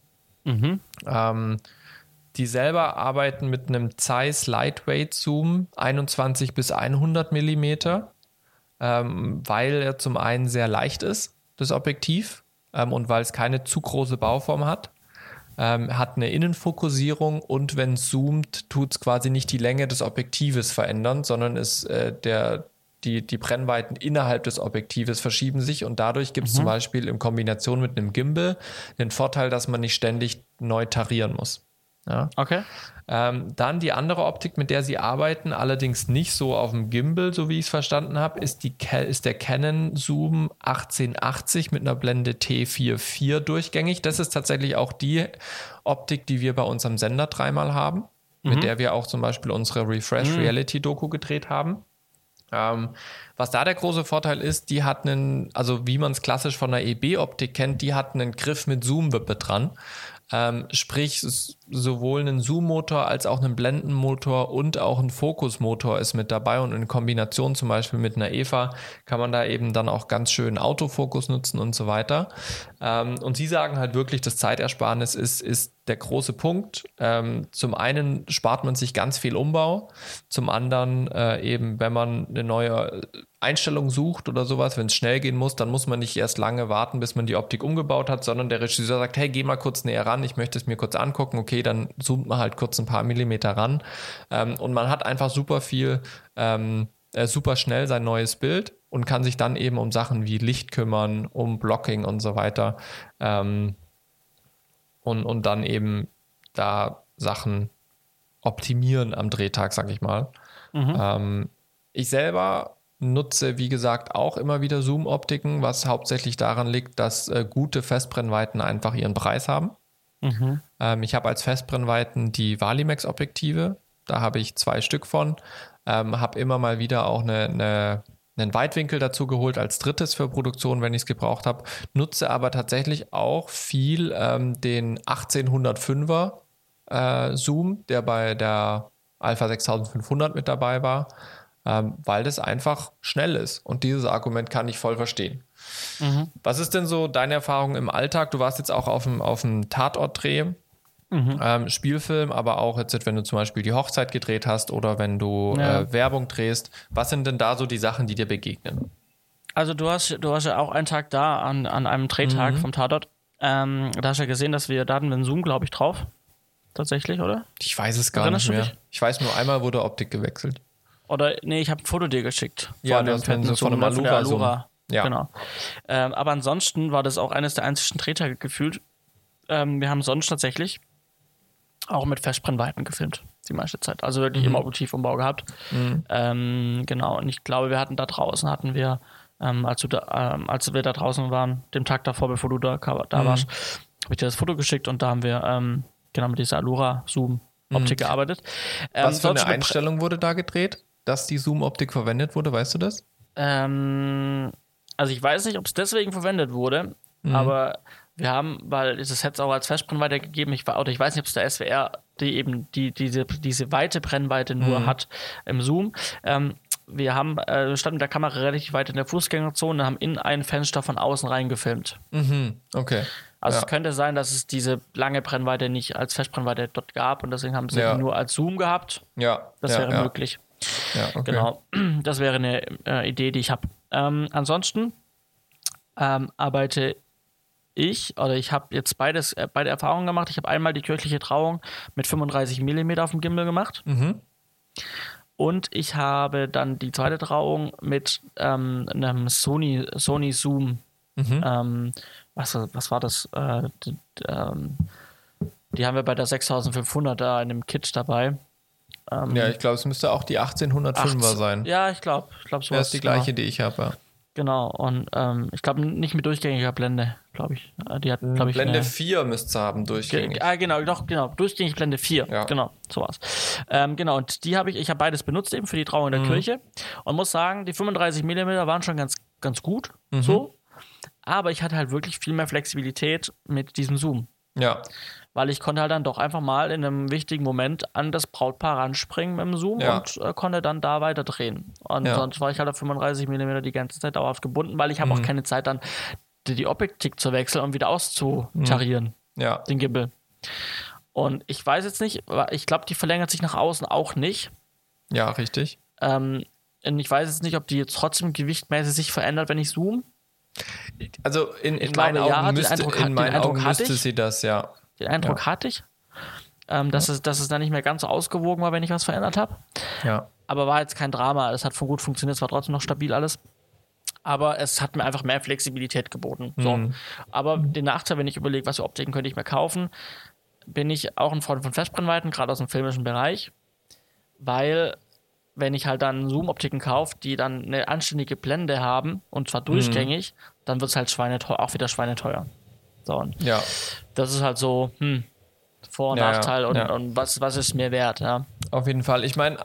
Die selber arbeiten mit einem Zeiss Lightweight Zoom 21 bis 100 Millimeter, weil er zum einen sehr leicht ist, das Objektiv, und weil es keine zu große Bauform hat. Hat eine Innenfokussierung und wenn es zoomt, tut es quasi nicht die Länge des Objektives verändern, sondern die Brennweiten innerhalb des Objektives verschieben sich und dadurch gibt es zum Beispiel in Kombination mit einem Gimbal den Vorteil, dass man nicht ständig neu tarieren muss. Ja. Okay. Dann die andere Optik, mit der sie arbeiten, allerdings nicht so auf dem Gimbal, so wie ich es verstanden habe, ist der Canon Zoom 1880 mit einer Blende T4.4 durchgängig. Das ist tatsächlich auch die Optik, die wir bei unserem Sender dreimal haben, mit der wir auch zum Beispiel unsere Refresh Reality Doku gedreht haben. Was da der große Vorteil ist, die hat also wie man es klassisch von der EB-Optik kennt, die hat einen Griff mit Zoom-Wippe dran. Sprich, sowohl einen Zoom-Motor als auch einen Blendenmotor und auch ein Fokusmotor ist mit dabei und in Kombination zum Beispiel mit einer EVA kann man da eben dann auch ganz schön Autofokus nutzen und so weiter. Und sie sagen halt wirklich, das Zeitersparnis ist der große Punkt. Zum einen spart man sich ganz viel Umbau, zum anderen eben, wenn man eine neue Einstellung sucht oder sowas, wenn es schnell gehen muss, dann muss man nicht erst lange warten, bis man die Optik umgebaut hat, sondern der Regisseur sagt, hey, geh mal kurz näher ran, ich möchte es mir kurz angucken, okay, dann zoomt man halt kurz ein paar Millimeter ran und man hat einfach super schnell sein neues Bild und kann sich dann eben um Sachen wie Licht kümmern, um Blocking und so weiter und dann eben da Sachen optimieren am Drehtag, sag ich mal. Ich selber nutze, wie gesagt, auch immer wieder Zoom-Optiken, was hauptsächlich daran liegt, dass gute Festbrennweiten einfach ihren Preis haben. Ich habe als Festbrennweiten die Valimax-Objektive, da habe ich 2 Stück von, habe immer mal wieder auch einen Weitwinkel dazu geholt als drittes für Produktion, wenn ich es gebraucht habe, nutze aber tatsächlich auch viel den 1805er Zoom, der bei der Alpha 6500 mit dabei war, weil das einfach schnell ist. Und dieses Argument kann ich voll verstehen. Was ist denn so deine Erfahrung im Alltag? Du warst jetzt auch auf dem Tatort-Dreh, Spielfilm, aber auch jetzt, wenn du zum Beispiel die Hochzeit gedreht hast oder wenn du Werbung drehst. Was sind denn da so die Sachen, die dir begegnen? Also du hast ja auch einen Tag da an einem Drehtag vom Tatort. Da hast du ja gesehen, da hatten wir einen Zoom, glaube ich, drauf. Tatsächlich, oder? Ich weiß es gar nicht mehr. Ich weiß nur, einmal wurde Optik gewechselt. Oder, nee, ich habe ein Foto dir geschickt. Ja, du hast von einem Alura. Ja. Genau. Aber ansonsten war das auch eines der einzigen Drehtage gefühlt, wir haben sonst tatsächlich auch mit Festbrennweiten gefilmt, die meiste Zeit. Also wirklich immer Objektivumbau gehabt. Genau, und ich glaube, wir hatten da draußen, als wir da draußen waren, dem Tag davor, bevor du da warst, habe ich dir das Foto geschickt und da haben wir genau mit dieser Allura-Zoom-Optik gearbeitet. Was für eine Einstellung wurde da gedreht, dass die Zoom-Optik verwendet wurde, weißt du das? Also ich weiß nicht, ob es deswegen verwendet wurde, aber wir haben, weil es hätte es auch als Festbrennweite gegeben, ich weiß nicht, ob es der SWR, die eben diese weite Brennweite nur hat im Zoom. Wir standen mit der Kamera relativ weit in der Fußgängerzone und haben in ein Fenster von außen rein gefilmt. Okay. Also es könnte sein, dass es diese lange Brennweite nicht als Festbrennweite dort gab und deswegen haben sie nur als Zoom gehabt. Ja. Das wäre möglich. Ja, okay. Genau. Das wäre eine Idee, die ich habe. Ansonsten ich habe jetzt beide Erfahrungen gemacht. Ich habe einmal die kirchliche Trauung mit 35 mm auf dem Gimbal gemacht. Und ich habe dann die zweite Trauung mit einem Sony Zoom. Was war das? Die haben wir bei der 6500 da in dem Kit dabei. Ich glaube, es müsste auch die 1805er sein. Ja, ich glaube so. Das ist die gleiche, die ich habe. Genau, und ich glaube nicht mit durchgängiger Blende, glaube ich. Die hat, glaube ich, Blende 4 müsste sie haben, durchgängig. Genau, durchgängig Blende 4. Ja. Genau, so war's. Genau, und ich habe beides benutzt eben für die Trauung in der Kirche und muss sagen, die 35 mm waren schon ganz, ganz gut, so. Aber ich hatte halt wirklich viel mehr Flexibilität mit diesem Zoom. Ja. Weil ich konnte halt dann doch einfach mal in einem wichtigen Moment an das Brautpaar ranspringen mit dem Zoom und konnte dann da weiter drehen. Und sonst war ich halt auf 35 mm die ganze Zeit dauerhaft gebunden, weil ich habe auch keine Zeit dann die Optik zu wechseln und wieder auszutarieren, den Gimbal. Und ich weiß jetzt nicht, ich glaube, die verlängert sich nach außen auch nicht. Ja, richtig. Und ich weiß jetzt nicht, ob die jetzt trotzdem gewichtmäßig sich verändert, wenn ich zoome. Also in meinen Augen müsste sie das, ja. Den Eindruck hatte ich, dass es dann nicht mehr ganz so ausgewogen war, wenn ich was verändert habe. Ja. Aber war jetzt kein Drama. Es hat von gut funktioniert, es war trotzdem noch stabil alles. Aber es hat mir einfach mehr Flexibilität geboten. So. Aber den Nachteil, wenn ich überlege, was für Optiken könnte ich mir kaufen, bin ich auch ein Freund von Festbrennweiten, gerade aus dem filmischen Bereich. Weil, wenn ich halt dann Zoom-Optiken kaufe, die dann eine anständige Blende haben, und zwar durchgängig, dann wird es halt auch wieder schweineteuer. So, und das ist halt so, Vor- und Nachteil und was ist mir wert, ja. Auf jeden Fall. Ich meine,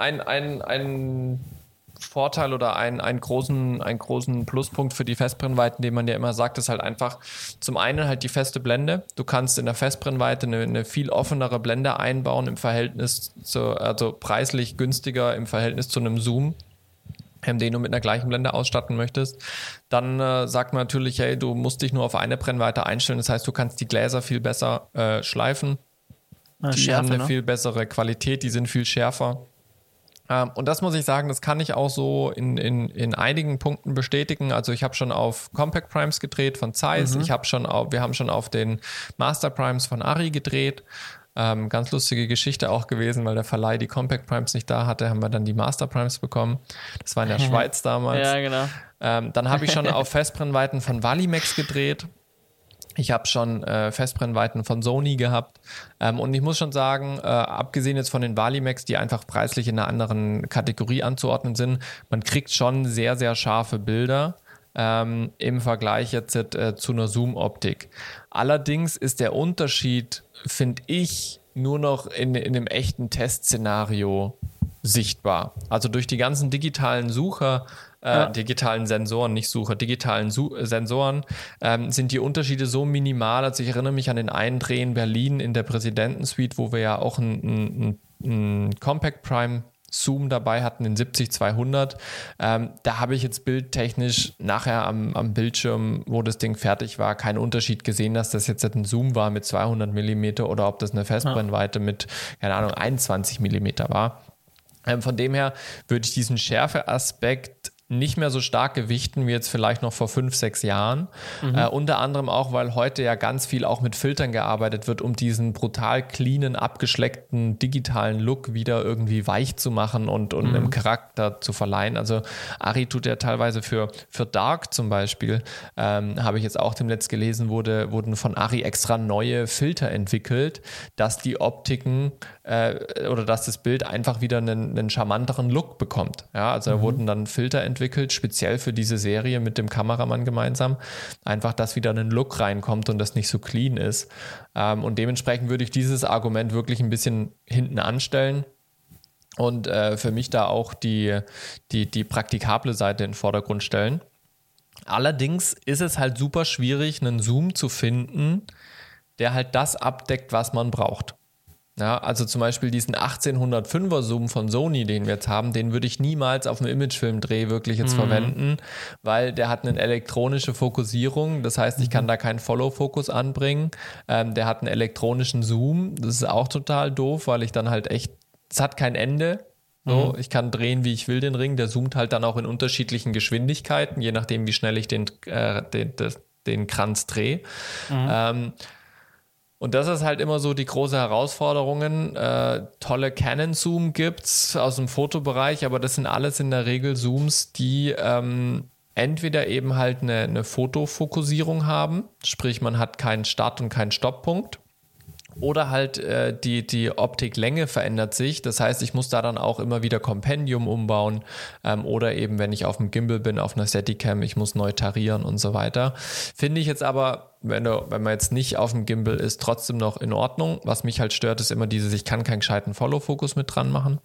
ein Vorteil oder einen großen Pluspunkt für die Festbrennweiten, den man ja immer sagt, ist halt einfach zum einen halt die feste Blende. Du kannst in der Festbrennweite eine viel offenere Blende einbauen im Verhältnis also preislich günstiger im Verhältnis zu einem Zoom, den du mit einer gleichen Blende ausstatten möchtest. Dann sagt man natürlich, hey, du musst dich nur auf eine Brennweite einstellen. Das heißt, du kannst die Gläser viel besser schleifen. Die haben eine viel bessere Qualität, die sind viel schärfer. Und das muss ich sagen, das kann ich auch so in einigen Punkten bestätigen. Also ich habe schon auf Compact Primes gedreht von Zeiss. Wir haben schon auf den Master Primes von Arri gedreht. Ganz lustige Geschichte auch gewesen, weil der Verleih die Compact Primes nicht da hatte, haben wir dann die Master Primes bekommen. Das war in der Schweiz damals. Ja, genau. Dann habe ich schon auf Festbrennweiten von Valimax gedreht. Ich habe schon Festbrennweiten von Sony gehabt. Und ich muss schon sagen, abgesehen jetzt von den Valimax, die einfach preislich in einer anderen Kategorie anzuordnen sind, man kriegt schon sehr, sehr scharfe Bilder im Vergleich jetzt zu einer Zoom-Optik. Allerdings ist der Unterschied, finde ich, nur noch in einem echten Testszenario sichtbar. Also durch die ganzen digitalen digitalen Sensoren sind die Unterschiede so minimal. Also ich erinnere mich an den einen Dreh in Berlin in der Präsidentensuite, wo wir ja auch einen Compact Prime Zoom dabei hatten, den 70-200. Da habe ich jetzt bildtechnisch nachher am Bildschirm, wo das Ding fertig war, keinen Unterschied gesehen, dass das jetzt ein Zoom war mit 200 mm oder ob das eine Festbrennweite mit, keine Ahnung, 21 mm war. Von dem her würde ich diesen Schärfeaspekt nicht mehr so stark gewichten wie jetzt vielleicht noch vor 5, 6 Jahren. Unter anderem auch, weil heute ja ganz viel auch mit Filtern gearbeitet wird, um diesen brutal cleanen, abgeschleckten digitalen Look wieder irgendwie weich zu machen und einem Charakter zu verleihen. Also Arri tut ja teilweise für Dark zum Beispiel, habe ich jetzt auch demnächst gelesen, wurden von Arri extra neue Filter entwickelt, dass die Optiken oder dass das Bild einfach wieder einen charmanteren Look bekommt. Ja, also da wurden dann Filter entwickelt, speziell für diese Serie mit dem Kameramann gemeinsam. Einfach, dass wieder ein Look reinkommt und das nicht so clean ist. Und dementsprechend würde ich dieses Argument wirklich ein bisschen hinten anstellen und für mich da auch die praktikable Seite in den Vordergrund stellen. Allerdings ist es halt super schwierig, einen Zoom zu finden, der halt das abdeckt, was man braucht. Ja, also zum Beispiel diesen 1805er Zoom von Sony, den wir jetzt haben, den würde ich niemals auf einem Imagefilmdreh wirklich jetzt verwenden, weil der hat eine elektronische Fokussierung, das heißt, ich kann da keinen Follow-Fokus anbringen. Der hat einen elektronischen Zoom, das ist auch total doof, weil ich dann halt echt, es hat kein Ende. So, ich kann drehen, wie ich will, den Ring. Der zoomt halt dann auch in unterschiedlichen Geschwindigkeiten, je nachdem, wie schnell ich den Kranz drehe. Und das ist halt immer so die große Herausforderung. Tolle Canon-Zoom gibt's aus dem Fotobereich, aber das sind alles in der Regel Zooms, die entweder eben halt eine Fotofokussierung haben, sprich man hat keinen Start- und keinen Stopppunkt, oder halt die Optiklänge verändert sich. Das heißt, ich muss da dann auch immer wieder Kompendium umbauen oder eben, wenn ich auf dem Gimbal bin, auf einer Steadicam, ich muss neu tarieren und so weiter. Finde ich jetzt aber, wenn man jetzt nicht auf dem Gimbal ist, trotzdem noch in Ordnung. Was mich halt stört, ist immer ich kann keinen gescheiten Follow-Fokus mit dran machen.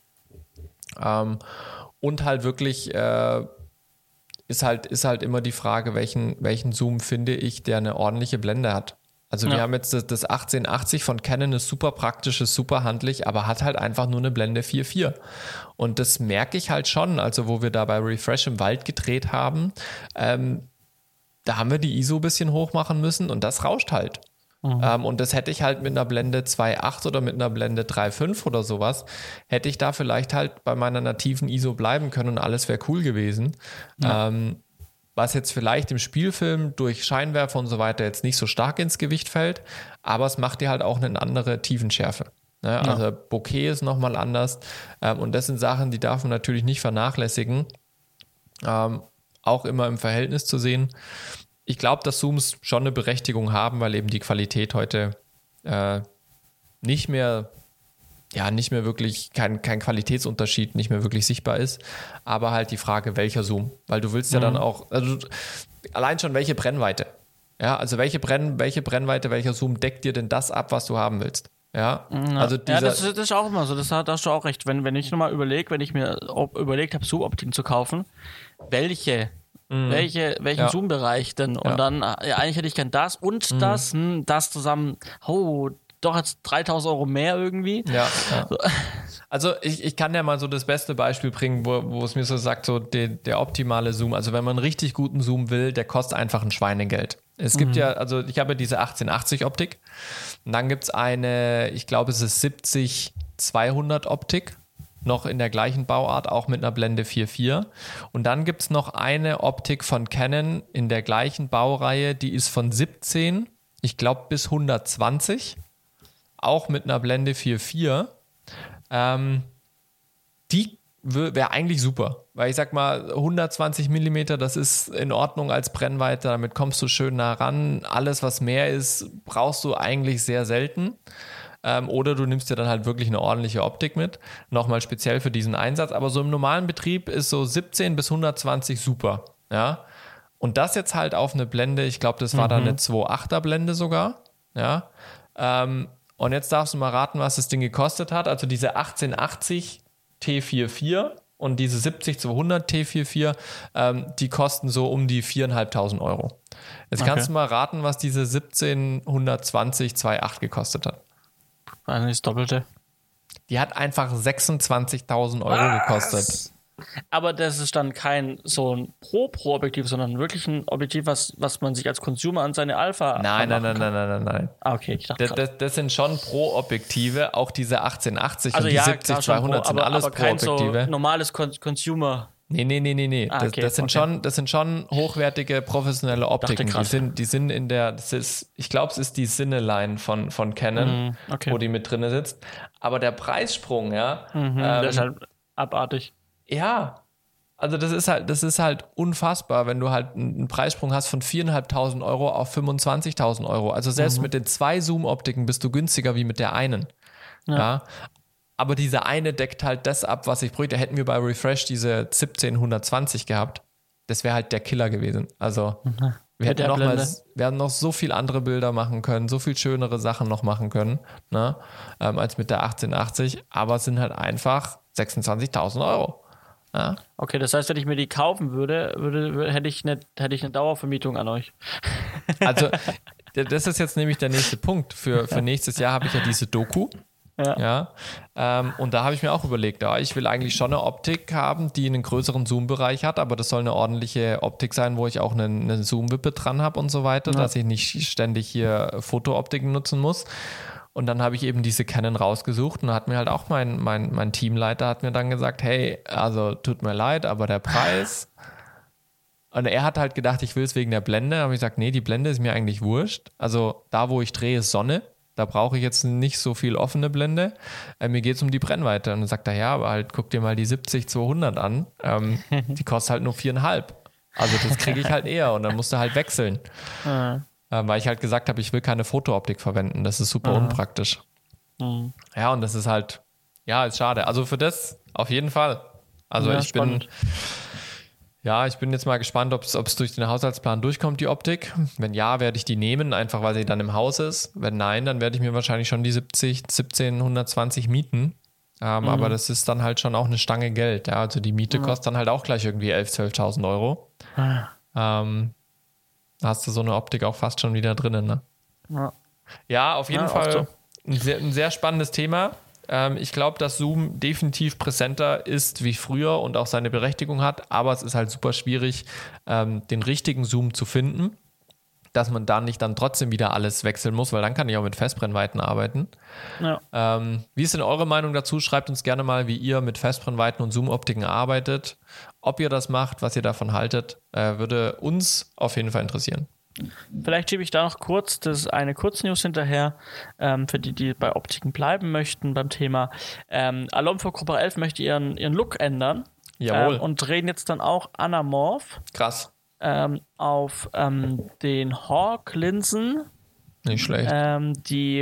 Und halt wirklich ist halt immer die Frage, welchen Zoom finde ich, der eine ordentliche Blende hat. Also wir haben jetzt das 1880 von Canon, ist super praktisch, ist super handlich, aber hat halt einfach nur eine Blende 4.4. Und das merke ich halt schon, also wo wir da bei Refresh im Wald gedreht haben, da haben wir die ISO ein bisschen hoch machen müssen und das rauscht halt. Und das hätte ich halt mit einer Blende 2.8 oder mit einer Blende 3.5 oder sowas, hätte ich da vielleicht halt bei meiner nativen ISO bleiben können und alles wäre cool gewesen. Ja. Was jetzt vielleicht im Spielfilm durch Scheinwerfer und so weiter jetzt nicht so stark ins Gewicht fällt, aber es macht dir halt auch eine andere Tiefenschärfe. Ne? Also Bokeh ist nochmal anders und das sind Sachen, die darf man natürlich nicht vernachlässigen, auch immer im Verhältnis zu sehen. Ich glaube, dass Zooms schon eine Berechtigung haben, weil eben die Qualität heute nicht mehr wirklich, kein Qualitätsunterschied nicht mehr wirklich sichtbar ist, aber halt die Frage, welcher Zoom, weil du willst ja dann auch, also allein schon welche Brennweite, ja, also welche Brennweite, welcher Zoom deckt dir denn das ab, was du haben willst, ja, also das ist auch immer so, da hast du auch recht, wenn ich nochmal wenn ich mir überlegt habe, Zoom-Optiken zu kaufen, welchen Zoom-Bereich denn und dann, eigentlich hätte ich gern das und das zusammen, doch jetzt 3.000 Euro mehr irgendwie. Ja. So. Also ich kann ja mal so das beste Beispiel bringen, wo es mir so sagt, so der optimale Zoom, also wenn man einen richtig guten Zoom will, der kostet einfach ein Schweinegeld. Es gibt ja, also ich habe ja diese 1880 Optik und dann gibt es eine, ich glaube es ist 70-200 Optik, noch in der gleichen Bauart, auch mit einer Blende 4.4 und dann gibt es noch eine Optik von Canon in der gleichen Baureihe, die ist von 17, ich glaube bis 120, auch mit einer Blende 4.4, die wäre eigentlich super, weil ich sag mal 120 mm, das ist in Ordnung als Brennweite, damit kommst du schön nah ran, alles was mehr ist, brauchst du eigentlich sehr selten oder du nimmst dir dann halt wirklich eine ordentliche Optik mit, nochmal speziell für diesen Einsatz, aber so im normalen Betrieb ist so 17 bis 120 super, ja, und das jetzt halt auf eine Blende, ich glaube das war dann eine 2.8er Blende sogar, ja, und jetzt darfst du mal raten, was das Ding gekostet hat. Also diese 1880 T44 und diese 70-200 T44, die kosten so um die 4.500 Euro. Jetzt kannst du mal raten, was diese 1720 2.8 gekostet hat. Eigentlich das Doppelte. Die hat einfach 26.000 Euro gekostet. Aber das ist dann kein so ein Pro-Objektiv, sondern wirklich ein Objektiv, was man sich als Consumer an seine Alpha Nein. Ah, okay, ich dachte das sind schon Pro-Objektive, auch diese 1880 also und die 70-200 sind alles aber kein Pro-Objektive. so normales Consumer Nee. Ah, okay, das sind schon hochwertige professionelle Optiken. Dachte, Die sind in der, ich glaube, es ist die Cineline von Canon, okay. wo die mit drin sitzt. Aber der Preissprung, ja. Das ist halt abartig. Ja, also das ist halt unfassbar, wenn du halt einen Preissprung hast von 4.500 Euro auf 25.000 Euro. Also selbst mit den 2 Zoom-Optiken bist du günstiger wie mit der einen. Ja. Aber diese eine deckt halt das ab, was ich bräuchte. Hätten wir bei Refresh diese 1720 gehabt, das wäre halt der Killer gewesen. Also wir hätten noch so viel andere Bilder machen können, so viel schönere Sachen noch machen können, ne, als mit der 1880. Aber es sind halt einfach 26.000 Euro. Ja. Okay, das heißt, wenn ich mir die kaufen würde, hätte ich eine Dauervermietung an euch. Also das ist jetzt nämlich der nächste Punkt. Für nächstes Jahr habe ich ja diese Doku. Ja. Und da habe ich mir auch überlegt, ich will eigentlich schon eine Optik haben, die einen größeren Zoom-Bereich hat, aber das soll eine ordentliche Optik sein, wo ich auch eine Zoom-Wippe dran habe und so weiter, dass ich nicht ständig hier Fotooptiken nutzen muss. Und dann habe ich eben diese Canon rausgesucht und hat mir halt auch mein Teamleiter hat mir dann gesagt, hey, also tut mir leid, aber der Preis. Und er hat halt gedacht, ich will es wegen der Blende. Da habe ich gesagt, nee, die Blende ist mir eigentlich wurscht. Also da, wo ich drehe, ist Sonne. Da brauche ich jetzt nicht so viel offene Blende. Mir geht es um die Brennweite. Und dann sagt er, ja, aber halt guck dir mal die 70-200 an. Die kostet halt nur 4,5. Also das kriege ich halt eher und dann musst du halt wechseln. Weil ich halt gesagt habe, ich will keine Fotooptik verwenden. Das ist super unpraktisch. Ja, und das ist halt, ist schade. Also für das auf jeden Fall. Also ich bin jetzt mal gespannt, ob es durch den Haushaltsplan durchkommt, die Optik. Wenn ja, werde ich die nehmen, einfach weil sie dann im Haus ist. Wenn nein, dann werde ich mir wahrscheinlich schon die 1720 mieten. Aber das ist dann halt schon auch eine Stange Geld. Ja? Also die Miete kostet dann halt auch gleich irgendwie 11.000, 12.000 Euro. Hast du so eine Optik auch fast schon wieder drinnen, ne? Ja, auf jeden Fall so. Ein sehr spannendes Thema. Ich glaube, dass Zoom definitiv präsenter ist wie früher und auch seine Berechtigung hat, aber es ist halt super schwierig, den richtigen Zoom zu finden, dass man da nicht dann trotzdem wieder alles wechseln muss, weil dann kann ich auch mit Festbrennweiten arbeiten. Ja. Wie ist denn eure Meinung dazu? Schreibt uns gerne mal, wie ihr mit Festbrennweiten und Zoom-Optiken arbeitet. Ob ihr das macht, was ihr davon haltet, würde uns auf jeden Fall interessieren. Vielleicht schiebe ich da noch kurz eine Kurznews hinterher, für die bei Optiken bleiben möchten beim Thema. Alomfo Gruppe 11 möchte ihren Look ändern. Jawohl. Und drehen jetzt dann auch anamorph. Krass. Auf den Hawk-Linsen. Nicht schlecht. Die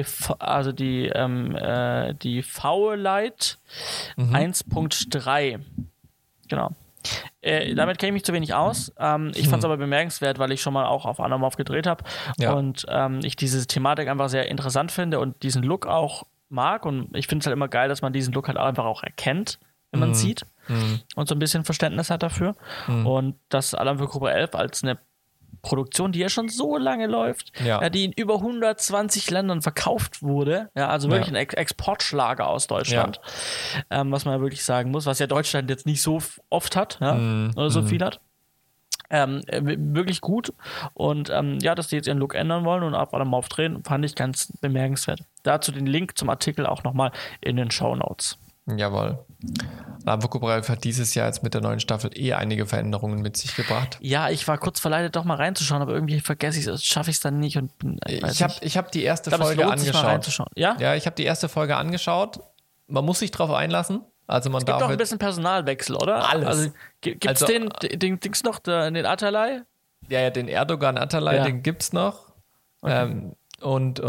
V-Light 1.3. Genau. Damit kenne ich mich zu wenig aus. Ich fand es aber bemerkenswert, weil ich schon mal auch auf Anamorph gedreht habe und ich diese Thematik einfach sehr interessant finde und diesen Look auch mag. Und ich finde es halt immer geil, dass man diesen Look halt einfach auch erkennt, wenn man sieht und so ein bisschen Verständnis hat dafür. Und das Alarm für Gruppe 11 als eine Produktion, die ja schon so lange läuft, die in über 120 Ländern verkauft wurde, also wirklich ein Exportschlager aus Deutschland, was man ja wirklich sagen muss, was ja Deutschland jetzt nicht so oft hat, oder so viel hat. Wirklich gut und dass die jetzt ihren Look ändern wollen und auf Anamorph drehen, fand ich ganz bemerkenswert. Dazu den Link zum Artikel auch nochmal in den Shownotes. Jawohl. Gruppe hat dieses Jahr jetzt mit der neuen Staffel einige Veränderungen mit sich gebracht. Ja, ich war kurz verleitet, doch mal reinzuschauen, aber irgendwie vergesse ich es, schaffe ich es dann nicht. Und ich hab die erste Folge angeschaut. Ja, ich habe die erste Folge angeschaut. Man muss sich drauf einlassen. Also man es gibt doch ein bisschen Personalwechsel, oder? Alles. Also, gibt es den Dings noch, den Atalay? Ja, den Erdogan Atalay, den gibt's noch. Okay. Und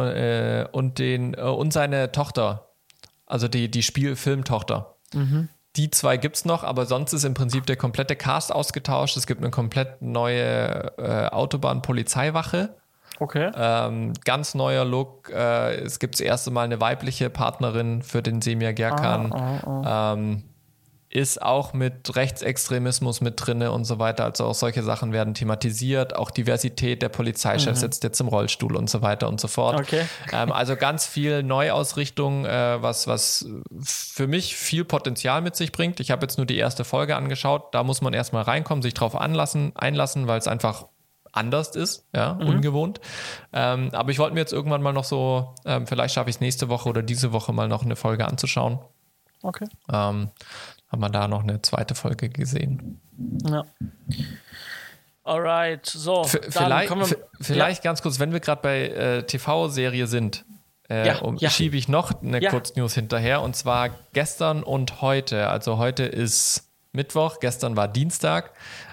seine Tochter. Also die Filmtochter. Die 2 gibt's noch, aber sonst ist im Prinzip der komplette Cast ausgetauscht. Es gibt eine komplett neue Autobahn-Polizeiwache. Okay. Ganz neuer Look. Es gibt das erste Mal eine weibliche Partnerin für den Semir Gerkan. Ist auch mit Rechtsextremismus mit drinne und so weiter. Also auch solche Sachen werden thematisiert. Auch Diversität, der Polizeichef sitzt jetzt im Rollstuhl und so weiter und so fort. Okay. Also ganz viel Neuausrichtung, was für mich viel Potenzial mit sich bringt. Ich habe jetzt nur die erste Folge angeschaut. Da muss man erstmal reinkommen, sich drauf einlassen, weil es einfach anders ist, ungewohnt. Aber ich wollte mir jetzt irgendwann mal noch so, vielleicht schaffe ich es nächste Woche oder diese Woche mal noch eine Folge anzuschauen. Okay. Haben wir da noch eine zweite Folge gesehen. Ja. Alright, so. Vielleicht ganz kurz, wenn wir gerade bei TV-Serie sind, schiebe ich noch eine Kurznews hinterher, und zwar gestern und heute. Also heute ist Mittwoch, gestern war Dienstag.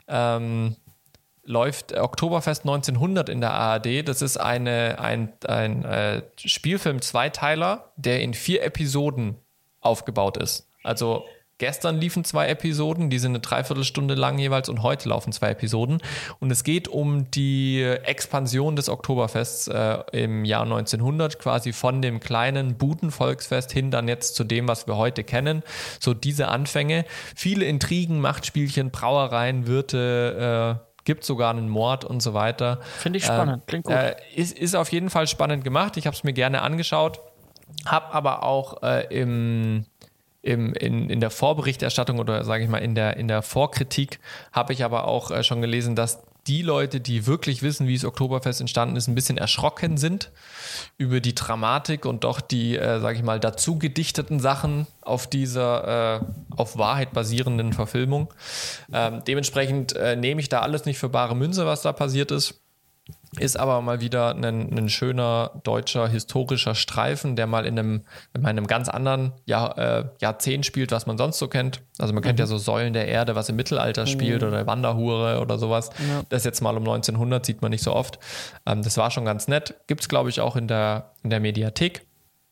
Läuft Oktoberfest 1900 in der ARD. Das ist ein Spielfilm-Zweiteiler, der in 4 Episoden aufgebaut ist. Also gestern liefen 2 Episoden, die sind eine Dreiviertelstunde lang jeweils, und heute laufen 2 Episoden. Und es geht um die Expansion des Oktoberfests im Jahr 1900, quasi von dem kleinen Budenvolksfest hin dann jetzt zu dem, was wir heute kennen. So diese Anfänge. Viele Intrigen, Machtspielchen, Brauereien, Wirte, gibt sogar einen Mord und so weiter. Finde ich spannend, klingt gut. Ist auf jeden Fall spannend gemacht. Ich habe es mir gerne angeschaut, habe aber auch in der Vorberichterstattung oder sage ich mal in der Vorkritik habe ich aber auch schon gelesen, dass die Leute, die wirklich wissen, wie das Oktoberfest entstanden ist, ein bisschen erschrocken sind über die Dramatik und doch die, sage ich mal, dazu gedichteten Sachen auf dieser auf Wahrheit basierenden Verfilmung. Dementsprechend nehme ich da alles nicht für bare Münze, was da passiert ist. Ist aber mal wieder ein schöner deutscher historischer Streifen, der mal in einem ganz anderen Jahrzehnt spielt, was man sonst so kennt. Also man kennt ja so Säulen der Erde, was im Mittelalter spielt, oder Wanderhure oder sowas. Ja. Das jetzt mal um 1900 sieht man nicht so oft. Das war schon ganz nett. Gibt es, glaube ich, auch in der Mediathek.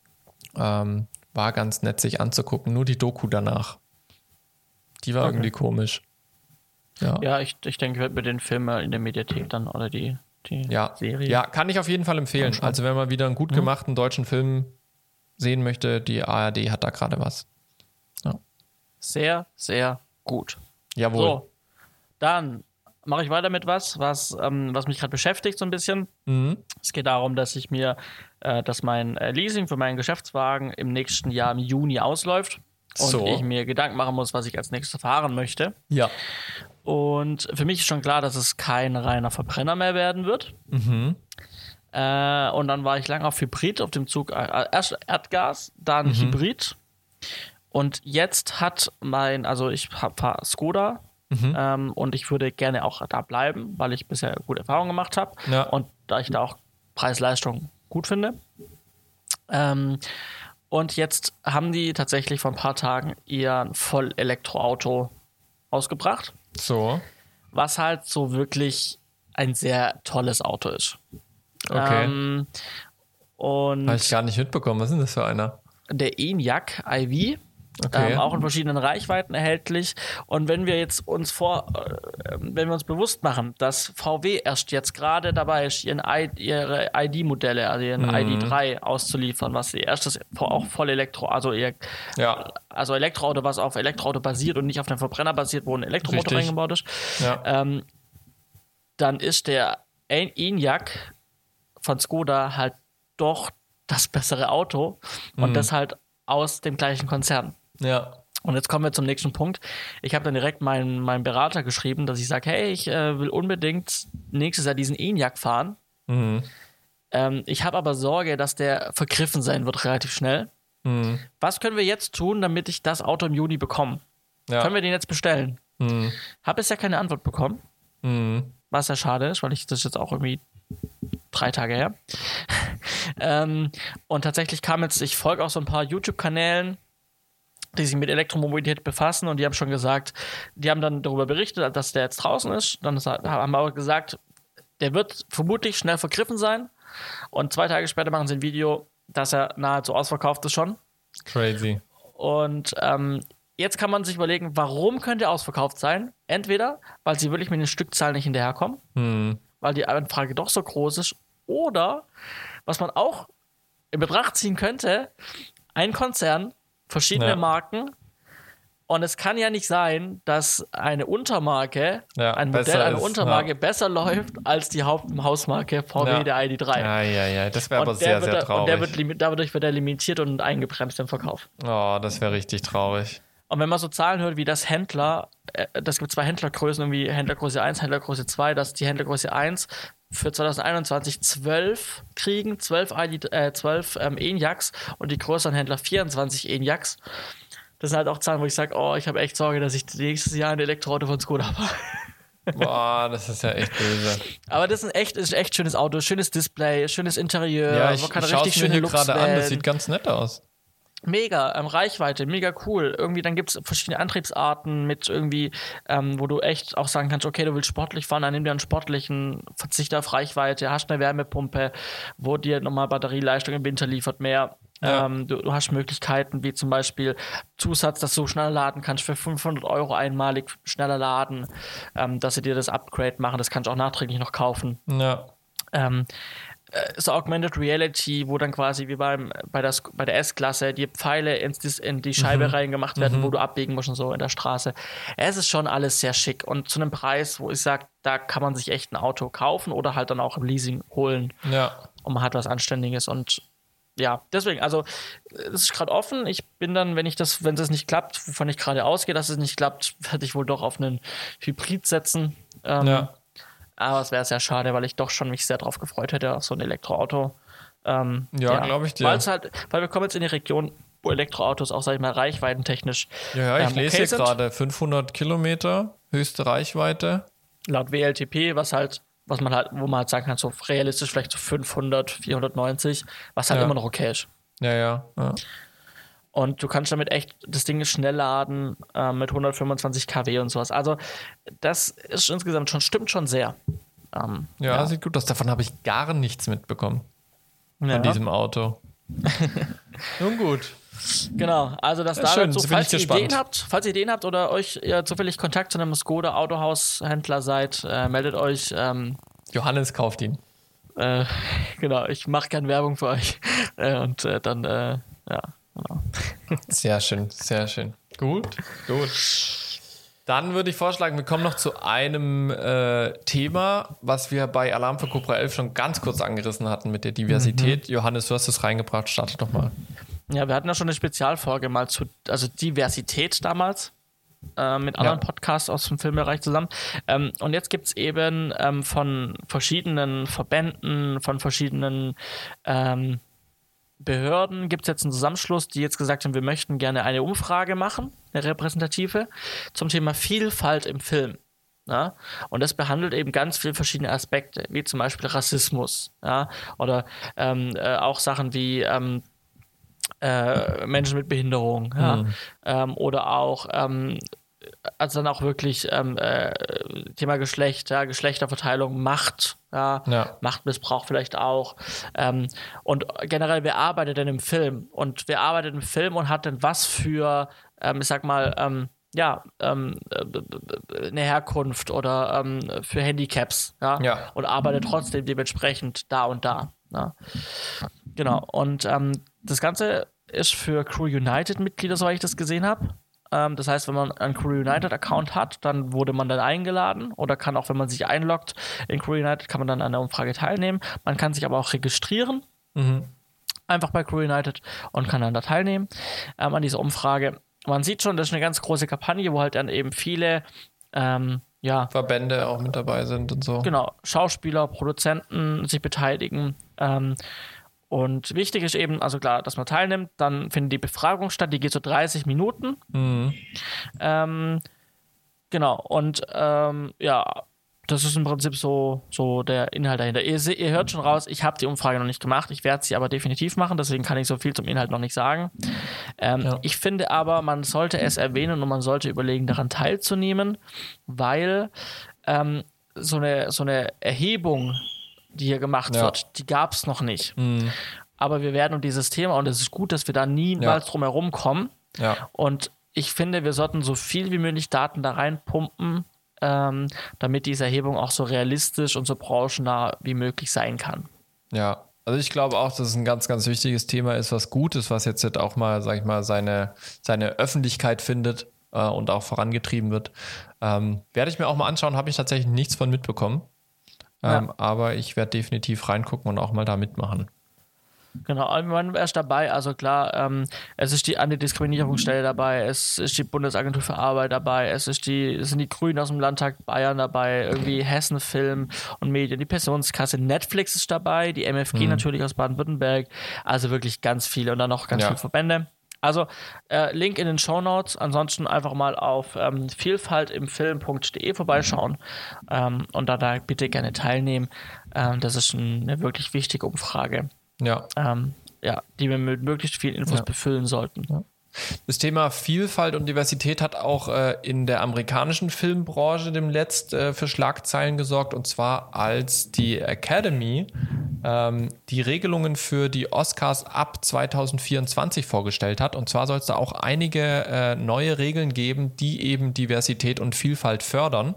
War ganz nett, sich anzugucken. Nur die Doku danach. Die war irgendwie komisch. Ja, ich denke, ich werde mir den Film in der Mediathek dann oder die Serie. Ja, kann ich auf jeden Fall empfehlen. Also wenn man wieder einen gut gemachten deutschen Film sehen möchte, die ARD hat da gerade was. Ja. Sehr, sehr gut. Jawohl. So, dann mache ich weiter mit was mich gerade beschäftigt so ein bisschen. Es geht darum, dass dass mein Leasing für meinen Geschäftswagen im nächsten Jahr im Juni ausläuft. Und ich mir Gedanken machen muss, was ich als nächstes fahren möchte. Ja. Und für mich ist schon klar, dass es kein reiner Verbrenner mehr werden wird. Und dann war ich lange auf Hybrid auf dem Zug. Erst Erdgas, dann Hybrid. Und jetzt hat ich fahre Skoda. Und ich würde gerne auch da bleiben, weil ich bisher gute Erfahrungen gemacht habe. Ja. Und da ich da auch Preis-Leistung gut finde. Und jetzt haben die tatsächlich vor ein paar Tagen ihr Voll-Elektroauto ausgebracht. So. Was halt so wirklich ein sehr tolles Auto ist. Okay. Und habe ich gar nicht mitbekommen. Was ist denn das für einer? Der Enyaq iV. Okay. Auch in verschiedenen Reichweiten erhältlich. Und wenn wir jetzt uns bewusst machen, dass VW erst jetzt gerade dabei ist, ihre ID-Modelle, also ihren ID3 auszuliefern, was ihr erstes auch voll Elektro, also Elektroauto, was auf Elektroauto basiert und nicht auf einem Verbrenner basiert, wo ein Elektromotor eingebaut ist, dann ist der Enyaq von Skoda halt doch das bessere Auto und das halt aus dem gleichen Konzern. Ja. Und jetzt kommen wir zum nächsten Punkt. Ich habe dann direkt meinem Berater geschrieben, dass ich sage, hey, ich will unbedingt nächstes Jahr diesen Enyaq fahren. Ich habe aber Sorge, dass der vergriffen sein wird relativ schnell. Was können wir jetzt tun, damit ich das Auto im Juni bekomme? Ja. Können wir den jetzt bestellen? Habe bisher keine Antwort bekommen. Was ja schade ist, weil das ist jetzt auch irgendwie 3 Tage her. Und tatsächlich ich folge auch so ein paar YouTube-Kanälen, die sich mit Elektromobilität befassen, und die haben schon gesagt, die haben dann darüber berichtet, dass der jetzt draußen ist. Dann haben wir aber gesagt, der wird vermutlich schnell vergriffen sein, und 2 Tage später machen sie ein Video, dass er nahezu ausverkauft ist schon. Crazy. Und jetzt kann man sich überlegen, warum könnte er ausverkauft sein? Entweder, weil sie wirklich mit den Stückzahlen nicht hinterherkommen, weil die Anfrage doch so groß ist, oder, was man auch in Betracht ziehen könnte, ein Konzern, verschiedene Marken, und es kann ja nicht sein, dass eine Untermarke, ein Modell einer Untermarke besser läuft als die Hausmarke VW, der ID3. Ja, das wäre aber sehr, sehr traurig. Und dadurch wird er limitiert und eingebremst im Verkauf. Oh, das wäre richtig traurig. Und wenn man so Zahlen hört, wie das Händler, das gibt 2 Händlergrößen, irgendwie Händlergröße 1, Händlergröße 2, dass die Händlergröße 1 für 2021 12 kriegen, 12 Enyaqs, und die größeren Händler 24 Enyaqs. das sind halt auch Zahlen, wo ich sage, oh, ich habe echt Sorge, dass ich nächstes Jahr ein Elektroauto von Skoda habe. Boah, das ist ja echt böse. Aber das ist ein echt schönes Auto, schönes Display, schönes Interieur. Ja, ich schaue es mir hier gerade an, das sieht ganz nett aus. Mega, Reichweite, mega cool. Irgendwie, dann gibt es verschiedene Antriebsarten mit irgendwie, wo du echt auch sagen kannst, okay, du willst sportlich fahren, dann nimm dir einen sportlichen, verzicht auf Reichweite, hast eine Wärmepumpe, wo dir nochmal Batterieleistung im Winter liefert mehr. Ja. Du hast Möglichkeiten wie zum Beispiel Zusatz, dass du schneller laden kannst, für 500 € einmalig schneller laden, dass sie dir das Upgrade machen, das kannst du auch nachträglich noch kaufen. Ja. So Augmented Reality, wo dann quasi wie bei der S-Klasse die Pfeile in die Scheibe reingemacht werden, wo du abbiegen musst und so in der Straße. Es ist schon alles sehr schick und zu einem Preis, wo ich sage, da kann man sich echt ein Auto kaufen oder halt dann auch im Leasing holen. Ja. Und man hat was Anständiges und ja, deswegen, also es ist gerade offen. Ich bin dann, wenn es nicht klappt, wovon ich gerade ausgehe, dass es nicht klappt, werde ich wohl doch auf einen Hybrid setzen. Ja. Aber es wäre sehr schade, weil ich doch schon mich sehr drauf gefreut hätte auf so ein Elektroauto. Glaube ich dir. Weil wir kommen jetzt in die Region, wo Elektroautos auch, sag ich mal, reichweitentechnisch Ja, ich lese hier gerade 500 Kilometer, höchste Reichweite. Laut WLTP, wo man halt sagen kann, so realistisch vielleicht so 500, 490, was halt immer noch okay ist. Ja. Und du kannst damit echt das Ding schnell laden mit 125 kW und sowas. Also das ist insgesamt stimmt schon sehr. Sieht gut aus. Davon habe ich gar nichts mitbekommen. Von diesem Auto. Nun gut. Genau, also das da schön, so, falls ihr Ideen habt oder euch zufällig Kontakt zu einem Skoda Autohaushändler seid, meldet euch. Johannes kauft ihn. Genau, ich mache gerne Werbung für euch. Dann, genau. Sehr schön, sehr schön. Gut. Dann würde ich vorschlagen, wir kommen noch zu einem Thema, was wir bei Alarm für Cobra 11 schon ganz kurz angerissen hatten mit der Diversität. Johannes, du hast es reingebracht, starte doch mal. Ja, wir hatten ja schon eine Spezialfolge mal zu Diversität damals mit anderen Podcasts aus dem Filmbereich zusammen. Und jetzt gibt es eben von verschiedenen Verbänden, von verschiedenen Behörden gibt es jetzt einen Zusammenschluss, die jetzt gesagt haben, wir möchten gerne eine Umfrage machen, eine repräsentative, zum Thema Vielfalt im Film. Ja? Und das behandelt eben ganz viele verschiedene Aspekte, wie zum Beispiel Rassismus, ja? Oder auch Sachen wie Menschen mit Behinderung, oder auch also dann auch wirklich Thema Geschlecht, Geschlechterverteilung, Macht, Machtmissbrauch vielleicht auch. Und generell, wer arbeitet denn im Film? Und wer arbeitet im Film und hat denn was für, ich sag mal, eine Herkunft oder für Handicaps, und arbeitet trotzdem dementsprechend da und da. Ja. Genau. Und das Ganze ist für Crew United-Mitglieder, soweit ich das gesehen habe. Das heißt, wenn man einen Crew United-Account hat, dann wurde man dann eingeladen oder kann auch, wenn man sich einloggt in Crew United, kann man dann an der Umfrage teilnehmen. Man kann sich aber auch registrieren, einfach bei Crew United und kann dann da teilnehmen an dieser Umfrage. Man sieht schon, das ist eine ganz große Kampagne, wo halt dann eben viele Verbände auch mit dabei sind und so. Genau, Schauspieler, Produzenten sich beteiligen. Und wichtig ist eben, also klar, dass man teilnimmt, dann findet die Befragung statt, die geht so 30 Minuten. Genau, und das ist im Prinzip so der Inhalt dahinter. Ihr hört schon raus, ich habe die Umfrage noch nicht gemacht, ich werde sie aber definitiv machen, deswegen kann ich so viel zum Inhalt noch nicht sagen. Ich finde aber, man sollte es erwähnen und man sollte überlegen, daran teilzunehmen, weil so eine Erhebung, die hier gemacht wird, die gab es noch nicht. Aber wir werden um dieses Thema, und es ist gut, dass wir da niemals drum herum kommen. Und ich finde, wir sollten so viel wie möglich Daten da reinpumpen, damit diese Erhebung auch so realistisch und so branchennah wie möglich sein kann. Ja, also ich glaube auch, dass es ein ganz, ganz wichtiges Thema ist, was gut ist, was jetzt auch mal, sag ich mal, seine Öffentlichkeit findet und auch vorangetrieben wird. Werde ich mir auch mal anschauen, habe ich tatsächlich nichts von mitbekommen. Aber ich werde definitiv reingucken und auch mal da mitmachen. Genau, man ist dabei, also klar, es ist die Antidiskriminierungsstelle dabei, es ist die Bundesagentur für Arbeit dabei, es sind die Grünen aus dem Landtag Bayern dabei, irgendwie Hessen Film und Medien, die Pensionskasse, Netflix ist dabei, die MFG natürlich aus Baden-Württemberg, also wirklich ganz viele und dann noch ganz viele Verbände. Also Link in den Shownotes, ansonsten einfach mal auf vielfaltimfilm.de vorbeischauen und da bitte gerne teilnehmen. Das ist eine wirklich wichtige Umfrage, Ja. Die wir mit möglichst vielen Infos befüllen sollten. Ja. Das Thema Vielfalt und Diversität hat auch in der amerikanischen Filmbranche demnächst für Schlagzeilen gesorgt, und zwar als die Academy die Regelungen für die Oscars ab 2024 vorgestellt hat. Und zwar soll es da auch einige neue Regeln geben, die eben Diversität und Vielfalt fördern.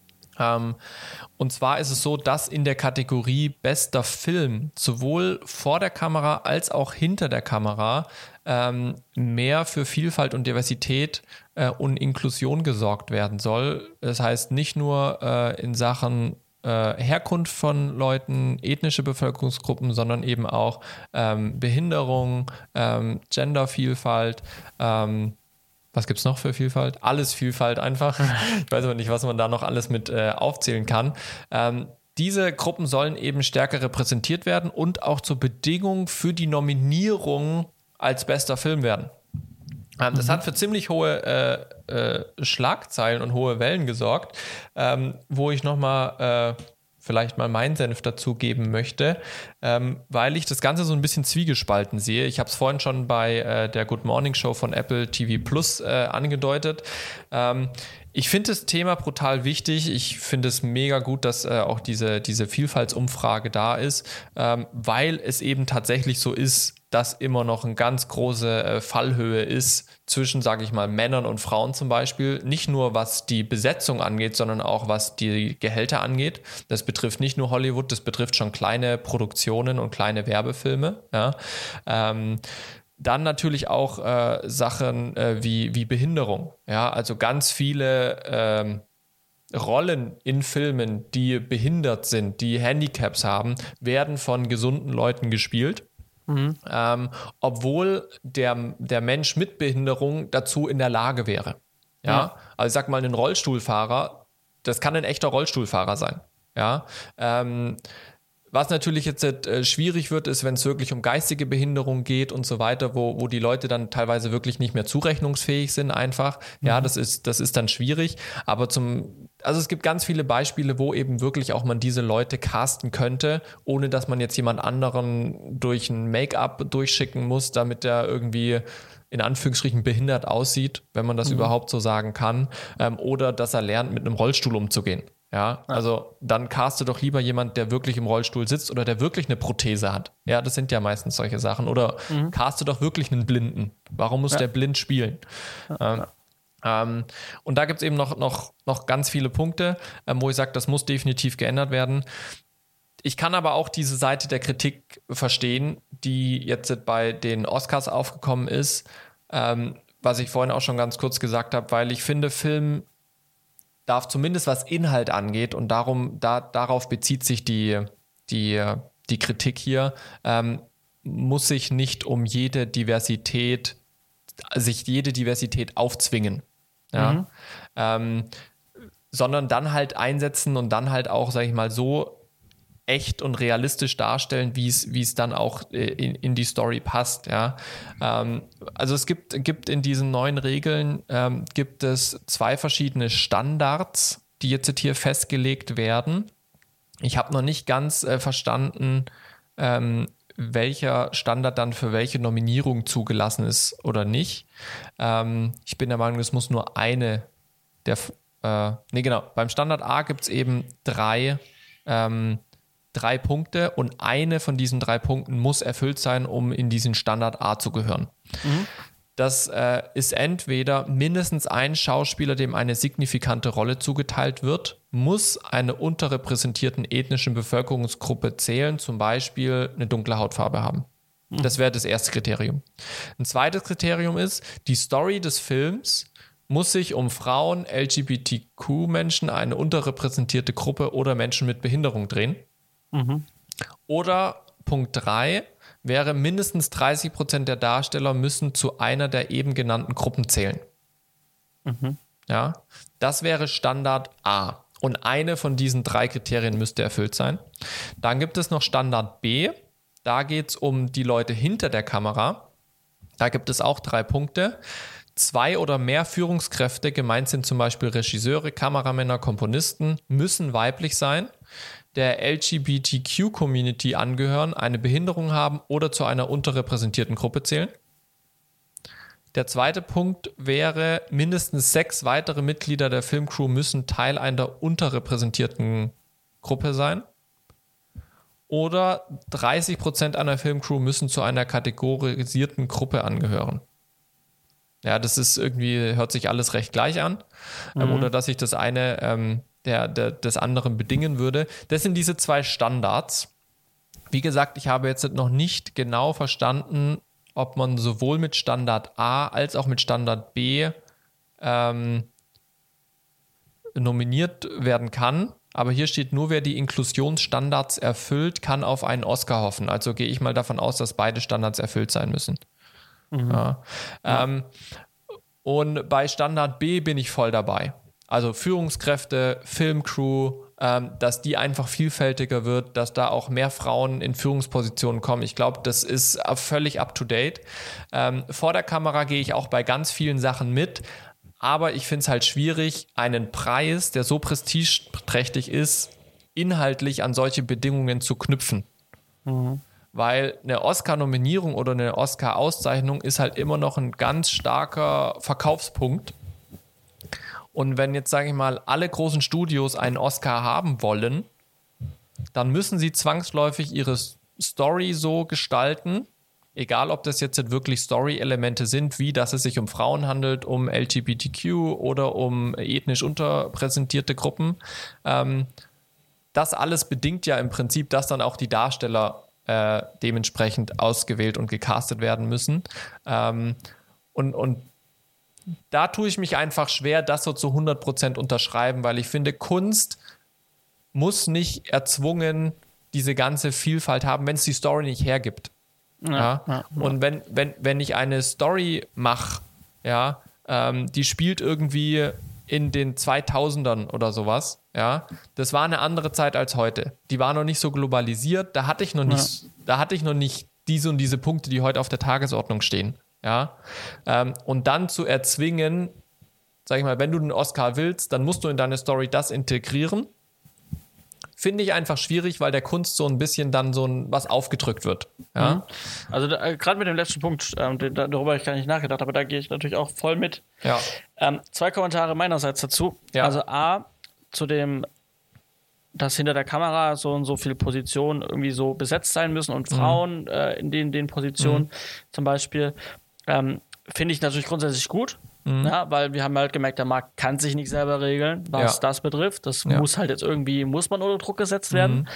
Und zwar ist es so, dass in der Kategorie bester Film sowohl vor der Kamera als auch hinter der Kamera mehr für Vielfalt und Diversität und Inklusion gesorgt werden soll. Das heißt nicht nur in Sachen Herkunft von Leuten, ethnische Bevölkerungsgruppen, sondern eben auch Behinderung, Gendervielfalt, was gibt es noch für Vielfalt? Alles Vielfalt einfach. Ich weiß aber nicht, was man da noch alles mit aufzählen kann. Diese Gruppen sollen eben stärker repräsentiert werden und auch zur Bedingung für die Nominierung als bester Film werden. Das hat für ziemlich hohe Schlagzeilen und hohe Wellen gesorgt, wo ich nochmal vielleicht mal meinen Senf dazugeben möchte, weil ich das Ganze so ein bisschen zwiegespalten sehe. Ich habe es vorhin schon bei der Good Morning Show von Apple TV Plus angedeutet. Ich finde das Thema brutal wichtig. Ich finde es mega gut, dass auch diese Vielfaltsumfrage da ist, weil es eben tatsächlich so ist, dass immer noch eine ganz große Fallhöhe ist zwischen, sage ich mal, Männern und Frauen zum Beispiel. Nicht nur was die Besetzung angeht, sondern auch was die Gehälter angeht. Das betrifft nicht nur Hollywood, das betrifft schon kleine Produktionen und kleine Werbefilme. Ja. Dann natürlich auch Sachen wie Behinderung. Ja, also ganz viele Rollen in Filmen, die behindert sind, die Handicaps haben, werden von gesunden Leuten gespielt. Obwohl der Mensch mit Behinderung dazu in der Lage wäre. Ja? Also ich sag mal, ein Rollstuhlfahrer, das kann ein echter Rollstuhlfahrer sein. Ja. Was natürlich jetzt schwierig wird, ist, wenn es wirklich um geistige Behinderung geht und so weiter, wo die Leute dann teilweise wirklich nicht mehr zurechnungsfähig sind einfach. Ja, das ist dann schwierig. Aber also es gibt ganz viele Beispiele, wo eben wirklich auch man diese Leute casten könnte, ohne dass man jetzt jemand anderen durch ein Make-up durchschicken muss, damit der irgendwie in Anführungsstrichen behindert aussieht, wenn man das überhaupt so sagen kann. Oder dass er lernt, mit einem Rollstuhl umzugehen. Ja, also dann caste doch lieber jemand, der wirklich im Rollstuhl sitzt oder der wirklich eine Prothese hat. Ja, das sind ja meistens solche Sachen. Oder caste doch wirklich einen Blinden. Warum muss der blind spielen? Und da gibt es eben noch ganz viele Punkte, wo ich sage, das muss definitiv geändert werden. Ich kann aber auch diese Seite der Kritik verstehen, die jetzt bei den Oscars aufgekommen ist, was ich vorhin auch schon ganz kurz gesagt habe, weil ich finde, Film darf zumindest was Inhalt angeht und darauf bezieht sich die Kritik hier, muss sich nicht um jede Diversität aufzwingen. Ja? Sondern dann halt einsetzen und dann halt auch, sage ich mal, so echt und realistisch darstellen, wie es dann auch in die Story passt. Ja? Also es gibt in diesen neuen Regeln gibt es 2 verschiedene Standards, die jetzt hier festgelegt werden. Ich habe noch nicht ganz verstanden, welcher Standard dann für welche Nominierung zugelassen ist oder nicht. Ich bin der Meinung, es muss nur eine beim Standard A gibt es eben 3 Punkte und eine von diesen 3 Punkten muss erfüllt sein, um in diesen Standard A zu gehören. Das ist entweder mindestens ein Schauspieler, dem eine signifikante Rolle zugeteilt wird, muss einer unterrepräsentierten ethnischen Bevölkerungsgruppe zählen, zum Beispiel eine dunkle Hautfarbe haben. Das wäre das erste Kriterium. Ein zweites Kriterium ist, die Story des Films muss sich um Frauen, LGBTQ-Menschen, eine unterrepräsentierte Gruppe oder Menschen mit Behinderung drehen. Oder Punkt 3 wäre, mindestens 30% der Darsteller müssen zu einer der eben genannten Gruppen zählen. Ja, das wäre Standard A. Und eine von diesen 3 Kriterien müsste erfüllt sein. Dann gibt es noch Standard B. Da geht es um die Leute hinter der Kamera. Da gibt es auch 3 Punkte. 2 oder mehr Führungskräfte, gemeint sind zum Beispiel Regisseure, Kameramänner, Komponisten, müssen weiblich sein, der LGBTQ-Community angehören, eine Behinderung haben oder zu einer unterrepräsentierten Gruppe zählen. Der zweite Punkt wäre, mindestens 6 weitere Mitglieder der Filmcrew müssen Teil einer unterrepräsentierten Gruppe sein. Oder 30% einer Filmcrew müssen zu einer kategorisierten Gruppe angehören. Ja, das ist irgendwie, hört sich alles recht gleich an. Oder dass sich das eine des anderen bedingen würde. Das sind diese 2 Standards. Wie gesagt, ich habe jetzt noch nicht genau verstanden, ob man sowohl mit Standard A als auch mit Standard B nominiert werden kann. Aber hier steht nur, wer die Inklusionsstandards erfüllt, kann auf einen Oscar hoffen. Also gehe ich mal davon aus, dass beide Standards erfüllt sein müssen. Ja. Und bei Standard B bin ich voll dabei. Also Führungskräfte, Filmcrew, dass die einfach vielfältiger wird, dass da auch mehr Frauen in Führungspositionen kommen. Ich glaube, das ist völlig up to date. Vor der Kamera gehe ich auch bei ganz vielen Sachen mit. Aber ich finde es halt schwierig, einen Preis, der so prestigeträchtig ist, inhaltlich an solche Bedingungen zu knüpfen. Weil eine Oscar-Nominierung oder eine Oscar-Auszeichnung ist halt immer noch ein ganz starker Verkaufspunkt. Und wenn jetzt, sage ich mal, alle großen Studios einen Oscar haben wollen, dann müssen sie zwangsläufig ihre Story so gestalten, egal ob das jetzt wirklich Story-Elemente sind, wie dass es sich um Frauen handelt, um LGBTQ oder um ethnisch unterrepräsentierte Gruppen. Das alles bedingt ja im Prinzip, dass dann auch die Darsteller dementsprechend ausgewählt und gecastet werden müssen. Und da tue ich mich einfach schwer, das so zu 100% unterschreiben, weil ich finde, Kunst muss nicht erzwungen diese ganze Vielfalt haben, wenn es die Story nicht hergibt. Ja. Und wenn ich eine Story mache, ja, die spielt irgendwie in den 2000ern oder sowas, ja, das war eine andere Zeit als heute. Die war noch nicht so globalisiert, da hatte ich noch nicht diese und diese Punkte, die heute auf der Tagesordnung stehen, ja. Und dann zu erzwingen, sag ich mal, wenn du den Oscar willst, dann musst du in deine Story das integrieren. Finde ich einfach schwierig, weil der Kunst so ein bisschen dann was aufgedrückt wird. Ja? Also gerade mit dem letzten Punkt, darüber habe ich gar nicht nachgedacht, aber da gehe ich natürlich auch voll mit. Ja. 2 Kommentare meinerseits dazu. Ja. Also A, zu dem, dass hinter der Kamera so und so viele Positionen irgendwie so besetzt sein müssen und Frauen in den Positionen zum Beispiel, finde ich natürlich grundsätzlich gut. Ja, weil wir haben halt gemerkt, der Markt kann sich nicht selber regeln, was das betrifft. Das muss halt jetzt irgendwie, muss man unter Druck gesetzt werden.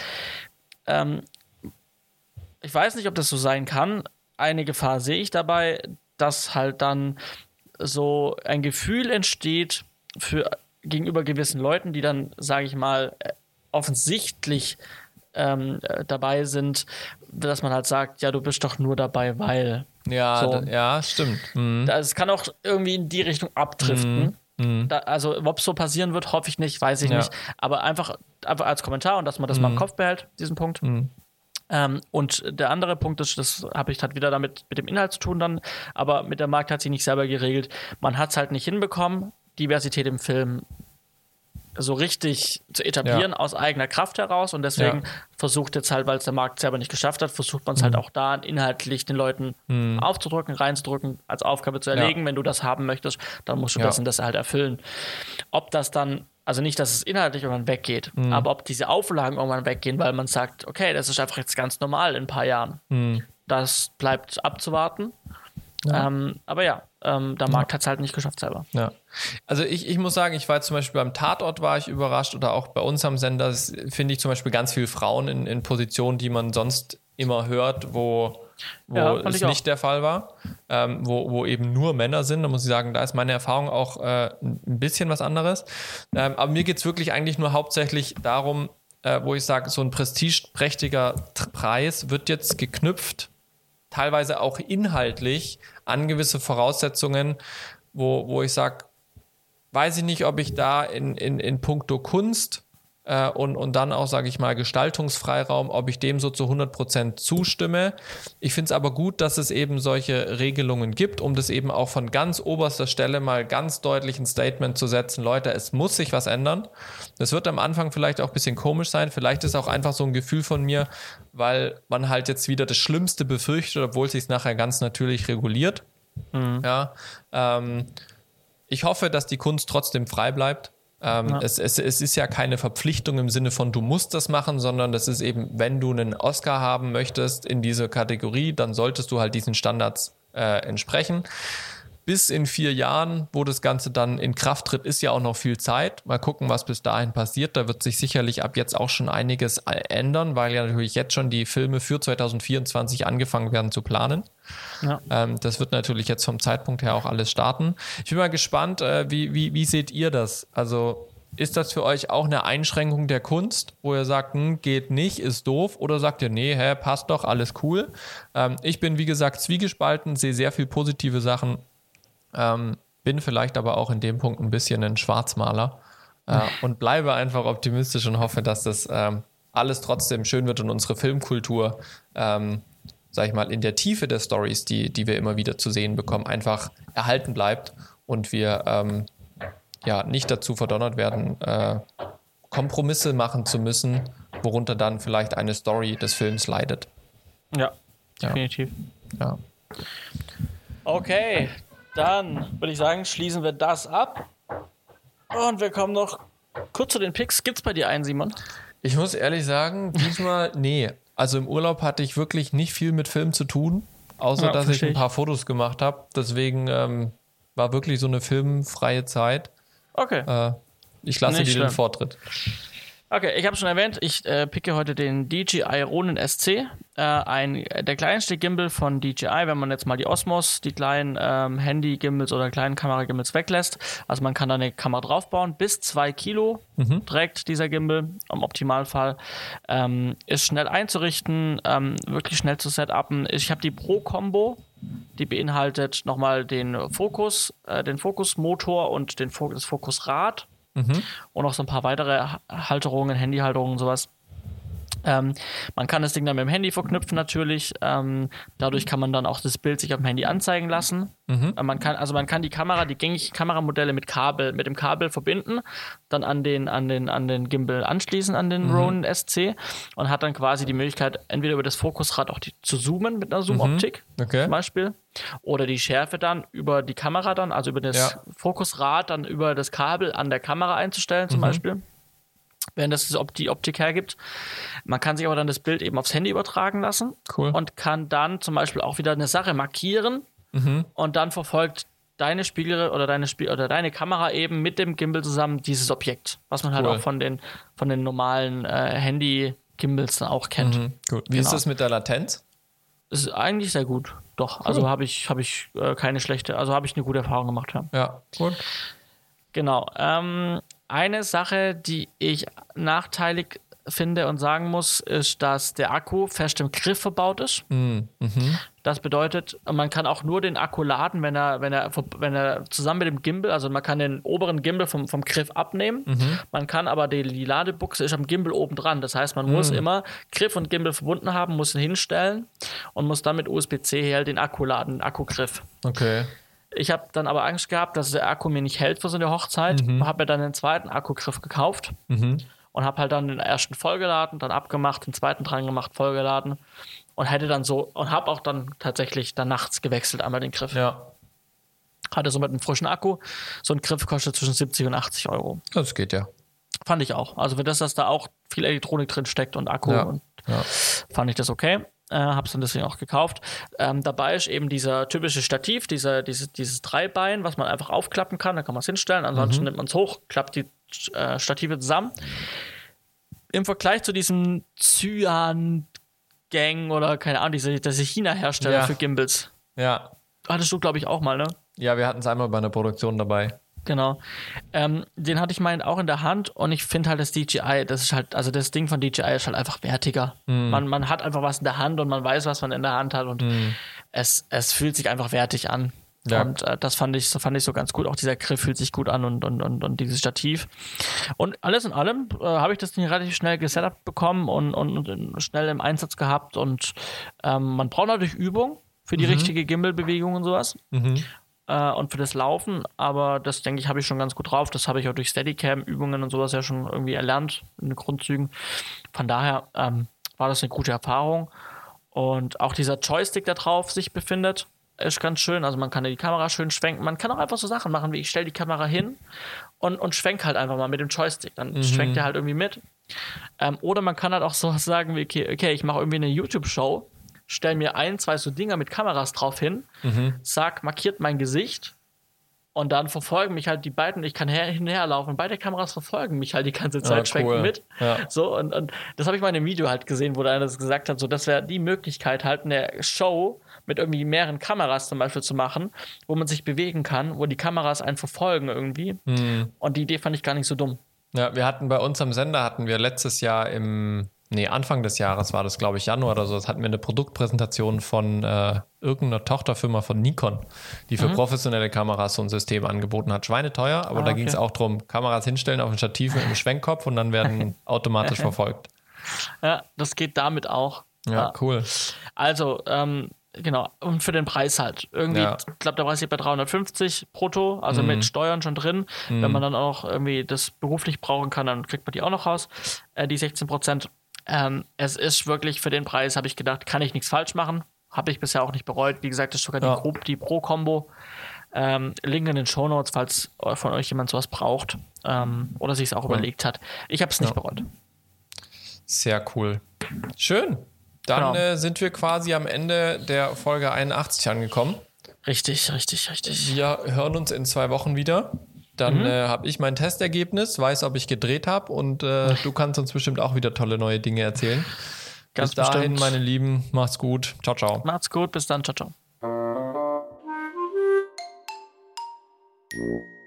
Ich weiß nicht, ob das so sein kann. Eine Gefahr sehe ich dabei, dass halt dann so ein Gefühl entsteht gegenüber gewissen Leuten, die dann, sage ich mal, offensichtlich dabei sind, dass man halt sagt, ja, du bist doch nur dabei, weil. Ja, so. Ja, stimmt. Es kann auch irgendwie in die Richtung abdriften. Also, ob es so passieren wird, hoffe ich nicht, weiß ich nicht. Aber einfach als Kommentar und dass man das mal im Kopf behält, diesen Punkt. Und der andere Punkt ist, das habe ich halt wieder damit mit dem Inhalt zu tun dann, aber mit der Markt hat sich nicht selber geregelt. Man hat es halt nicht hinbekommen, Diversität im Film so richtig zu etablieren aus eigener Kraft heraus und deswegen versucht jetzt halt, weil es der Markt selber nicht geschafft hat, versucht man es halt auch da inhaltlich den Leuten aufzudrücken, reinzudrücken, als Aufgabe zu erlegen. Wenn du das haben möchtest, dann musst du das und das halt erfüllen. Ob das dann, also nicht, dass es inhaltlich irgendwann weggeht, aber ob diese Auflagen irgendwann weggehen, weil man sagt, okay, das ist einfach jetzt ganz normal in ein paar Jahren. Das bleibt abzuwarten. Aber der Markt hat es halt nicht geschafft selber. Ja. Also ich muss sagen, ich war jetzt zum Beispiel beim Tatort war ich überrascht oder auch bei uns am Sender finde ich zum Beispiel ganz viele Frauen in Positionen, die man sonst immer hört, wo es nicht der Fall war, wo eben nur Männer sind. Da muss ich sagen, da ist meine Erfahrung auch ein bisschen was anderes. Aber mir geht es wirklich eigentlich nur hauptsächlich darum, wo ich sage, so ein prestigeträchtiger Preis wird jetzt geknüpft, teilweise auch inhaltlich an gewisse Voraussetzungen, wo ich sage, weiß ich nicht, ob ich da in puncto Kunst und dann auch, sage ich mal, Gestaltungsfreiraum, ob ich dem so zu 100% zustimme. Ich finde es aber gut, dass es eben solche Regelungen gibt, um das eben auch von ganz oberster Stelle mal ganz deutlich ein Statement zu setzen. Leute, es muss sich was ändern. Das wird am Anfang vielleicht auch ein bisschen komisch sein. Vielleicht ist auch einfach so ein Gefühl von mir, weil man halt jetzt wieder das Schlimmste befürchtet, obwohl es sich nachher ganz natürlich reguliert. Ja, ich hoffe, dass die Kunst trotzdem frei bleibt. Es ist ja keine Verpflichtung im Sinne von, du musst das machen, sondern das ist eben, wenn du einen Oscar haben möchtest in dieser Kategorie, dann solltest du halt diesen Standards entsprechen. Bis in 4 Jahren, wo das Ganze dann in Kraft tritt, ist ja auch noch viel Zeit. Mal gucken, was bis dahin passiert. Da wird sich sicherlich ab jetzt auch schon einiges ändern, weil ja natürlich jetzt schon die Filme für 2024 angefangen werden zu planen. Ja. Das wird natürlich jetzt vom Zeitpunkt her auch alles starten. Ich bin mal gespannt, wie seht ihr das? Also ist das für euch auch eine Einschränkung der Kunst, wo ihr sagt, geht nicht, ist doof? Oder sagt ihr, nee, passt doch, alles cool? Ich bin, wie gesagt, zwiegespalten, sehe sehr viel positive Sachen. Bin vielleicht aber auch in dem Punkt ein bisschen ein Schwarzmaler und bleibe einfach optimistisch und hoffe, dass das alles trotzdem schön wird und unsere Filmkultur, sag ich mal, in der Tiefe der Storys, die wir immer wieder zu sehen bekommen, einfach erhalten bleibt und wir nicht dazu verdonnert werden, Kompromisse machen zu müssen, worunter dann vielleicht eine Story des Films leidet. Ja, definitiv. Ja. Okay. Dann würde ich sagen, schließen wir das ab. Und wir kommen noch kurz zu den Picks. Gibt's bei dir einen, Simon? Ich muss ehrlich sagen, diesmal, nee. Also im Urlaub hatte ich wirklich nicht viel mit Film zu tun, außer dass ich ein paar Fotos gemacht habe. Deswegen war wirklich so eine filmfreie Zeit. Okay. Ich lasse dir den Vortritt. Okay, ich habe schon erwähnt, ich picke heute den DJI Ronin SC, der kleinste Gimbal von DJI, wenn man jetzt mal die Osmos, die kleinen Handy-Gimbals oder kleinen Kamera-Gimbals weglässt. Also man kann da eine Kamera draufbauen, bis 2 Kilo trägt dieser Gimbal im Optimalfall. Ist schnell einzurichten, wirklich schnell zu setupen. Ich habe die Pro-Combo, die beinhaltet nochmal den Fokusmotor und das Fokusrad. Und noch so ein paar weitere Halterungen, Handyhalterungen und sowas. Man kann das Ding dann mit dem Handy verknüpfen natürlich. Dadurch kann man dann auch das Bild sich auf dem Handy anzeigen lassen. Man kann die gängigen Kameramodelle mit dem Kabel verbinden, dann an den Gimbal anschließen, an den Ronin SC und hat dann quasi die Möglichkeit, entweder über das Fokusrad auch zu zoomen mit einer Zoom-Optik zum Beispiel, oder die Schärfe dann über die Kamera dann, also über das Fokusrad dann über das Kabel an der Kamera einzustellen zum Beispiel, wenn das die Optik hergibt. Man kann sich aber dann das Bild eben aufs Handy übertragen lassen und kann dann zum Beispiel auch wieder eine Sache markieren und dann verfolgt deine Spiegel oder deine Kamera eben mit dem Gimbal zusammen dieses Objekt, was man halt auch von den normalen Handy-Gimbals dann auch kennt. Wie ist das mit der Latenz? Das ist eigentlich sehr gut, doch. Also habe ich keine schlechte, also habe ich eine gute Erfahrung gemacht. Ja, gut. Genau. Eine Sache, die ich nachteilig finde und sagen muss, ist, dass der Akku fest im Griff verbaut ist. Das bedeutet, man kann auch nur den Akku laden, wenn er zusammen mit dem Gimbal, also man kann den oberen Gimbal vom Griff abnehmen. Man kann aber die Ladebuchse ist am Gimbal oben dran. Das heißt, man muss immer Griff und Gimbal verbunden haben, muss ihn hinstellen und muss dann mit USB-C halt den Akku laden, den Akkugriff. Okay. Ich habe dann aber Angst gehabt, dass der Akku mir nicht hält für so eine Hochzeit. Habe mir dann den zweiten Akkugriff gekauft und habe halt dann den ersten vollgeladen, dann abgemacht, den zweiten dran gemacht, vollgeladen und habe auch dann tatsächlich dann nachts gewechselt, einmal den Griff. Ja. Hatte somit einen frischen Akku. So ein Griff kostet zwischen 70 und 80 Euro. Das geht ja. Fand ich auch. Also, dass da auch viel Elektronik drin steckt und Akku, fand ich das okay. Hab's dann deswegen auch gekauft. Dabei ist eben dieser typische Stativ, dieses Dreibein, was man einfach aufklappen kann, da kann man es hinstellen, ansonsten nimmt man es hoch, klappt die Stative zusammen. Im Vergleich zu diesem Cyan-Gang oder keine Ahnung, diese China-Hersteller für Gimbals. Ja. Hattest du, glaube ich, auch mal, ne? Ja, wir hatten es einmal bei einer Produktion dabei. Genau. Den hatte ich mal auch in der Hand und ich finde halt das DJI, das ist halt, also das Ding von DJI ist halt einfach wertiger. Man hat einfach was in der Hand und man weiß, was man in der Hand hat und es fühlt sich einfach wertig an. Ja. Und das fand ich so ganz gut. Auch dieser Griff fühlt sich gut an und dieses Stativ. Und alles in allem habe ich das Ding relativ schnell gesetupt bekommen und schnell im Einsatz gehabt. Und man braucht natürlich Übung für die richtige Gimbal-Bewegung und sowas. Und für das Laufen, aber das, denke ich, habe ich schon ganz gut drauf. Das habe ich auch durch Steadicam-Übungen und sowas ja schon irgendwie erlernt in den Grundzügen. Von daher war das eine gute Erfahrung. Und auch dieser Joystick, der drauf sich befindet, ist ganz schön. Also man kann die Kamera schön schwenken. Man kann auch einfach so Sachen machen, wie ich stelle die Kamera hin und schwenk halt einfach mal mit dem Joystick. Dann schwenkt er halt irgendwie mit. Oder man kann halt auch so sagen wie, okay, ich mache irgendwie eine YouTube-Show, stelle mir 1, 2 so Dinger mit Kameras drauf hin, markiert mein Gesicht und dann verfolgen mich halt die beiden, ich kann hinterher laufen, beide Kameras verfolgen mich halt die ganze Zeit, schwenken mit. Ja. So, und das habe ich mal in einem Video halt gesehen, wo einer das gesagt hat, so, das wäre die Möglichkeit, halt eine Show mit irgendwie mehreren Kameras zum Beispiel zu machen, wo man sich bewegen kann, wo die Kameras einen verfolgen irgendwie. Und die Idee fand ich gar nicht so dumm. Ja, wir hatten bei uns am Sender, letztes Jahr Anfang des Jahres war das, glaube ich, Januar oder so, das hatten wir eine Produktpräsentation von irgendeiner Tochterfirma von Nikon, die für professionelle Kameras so ein System angeboten hat. Schweineteuer, aber da ging es auch darum, Kameras hinstellen auf ein Stativ mit einem Schwenkkopf und dann werden automatisch verfolgt. Ja, das geht damit auch. Ja, cool. Also, genau, und für den Preis halt. Irgendwie, ich glaube, der Preis liegt bei 350 brutto, also mit Steuern schon drin. Wenn man dann auch irgendwie das beruflich brauchen kann, dann kriegt man die auch noch raus, die 16%. Es ist wirklich für den Preis, habe ich gedacht, kann ich nichts falsch machen. Habe ich bisher auch nicht bereut. Wie gesagt, das ist sogar die Pro-Kombo. Link in den Shownotes, falls von euch jemand sowas braucht oder sich es auch überlegt hat. Ich habe es nicht bereut. Sehr cool. Schön. Dann sind wir quasi am Ende der Folge 81 angekommen. Richtig. Wir hören uns in 2 Wochen wieder. Dann habe ich mein Testergebnis, weiß, ob ich gedreht habe und du kannst uns bestimmt auch wieder tolle neue Dinge erzählen. Ganz bis dahin, bestimmt. meine Lieben, macht's gut. Ciao, ciao. Macht's gut, bis dann, ciao, ciao.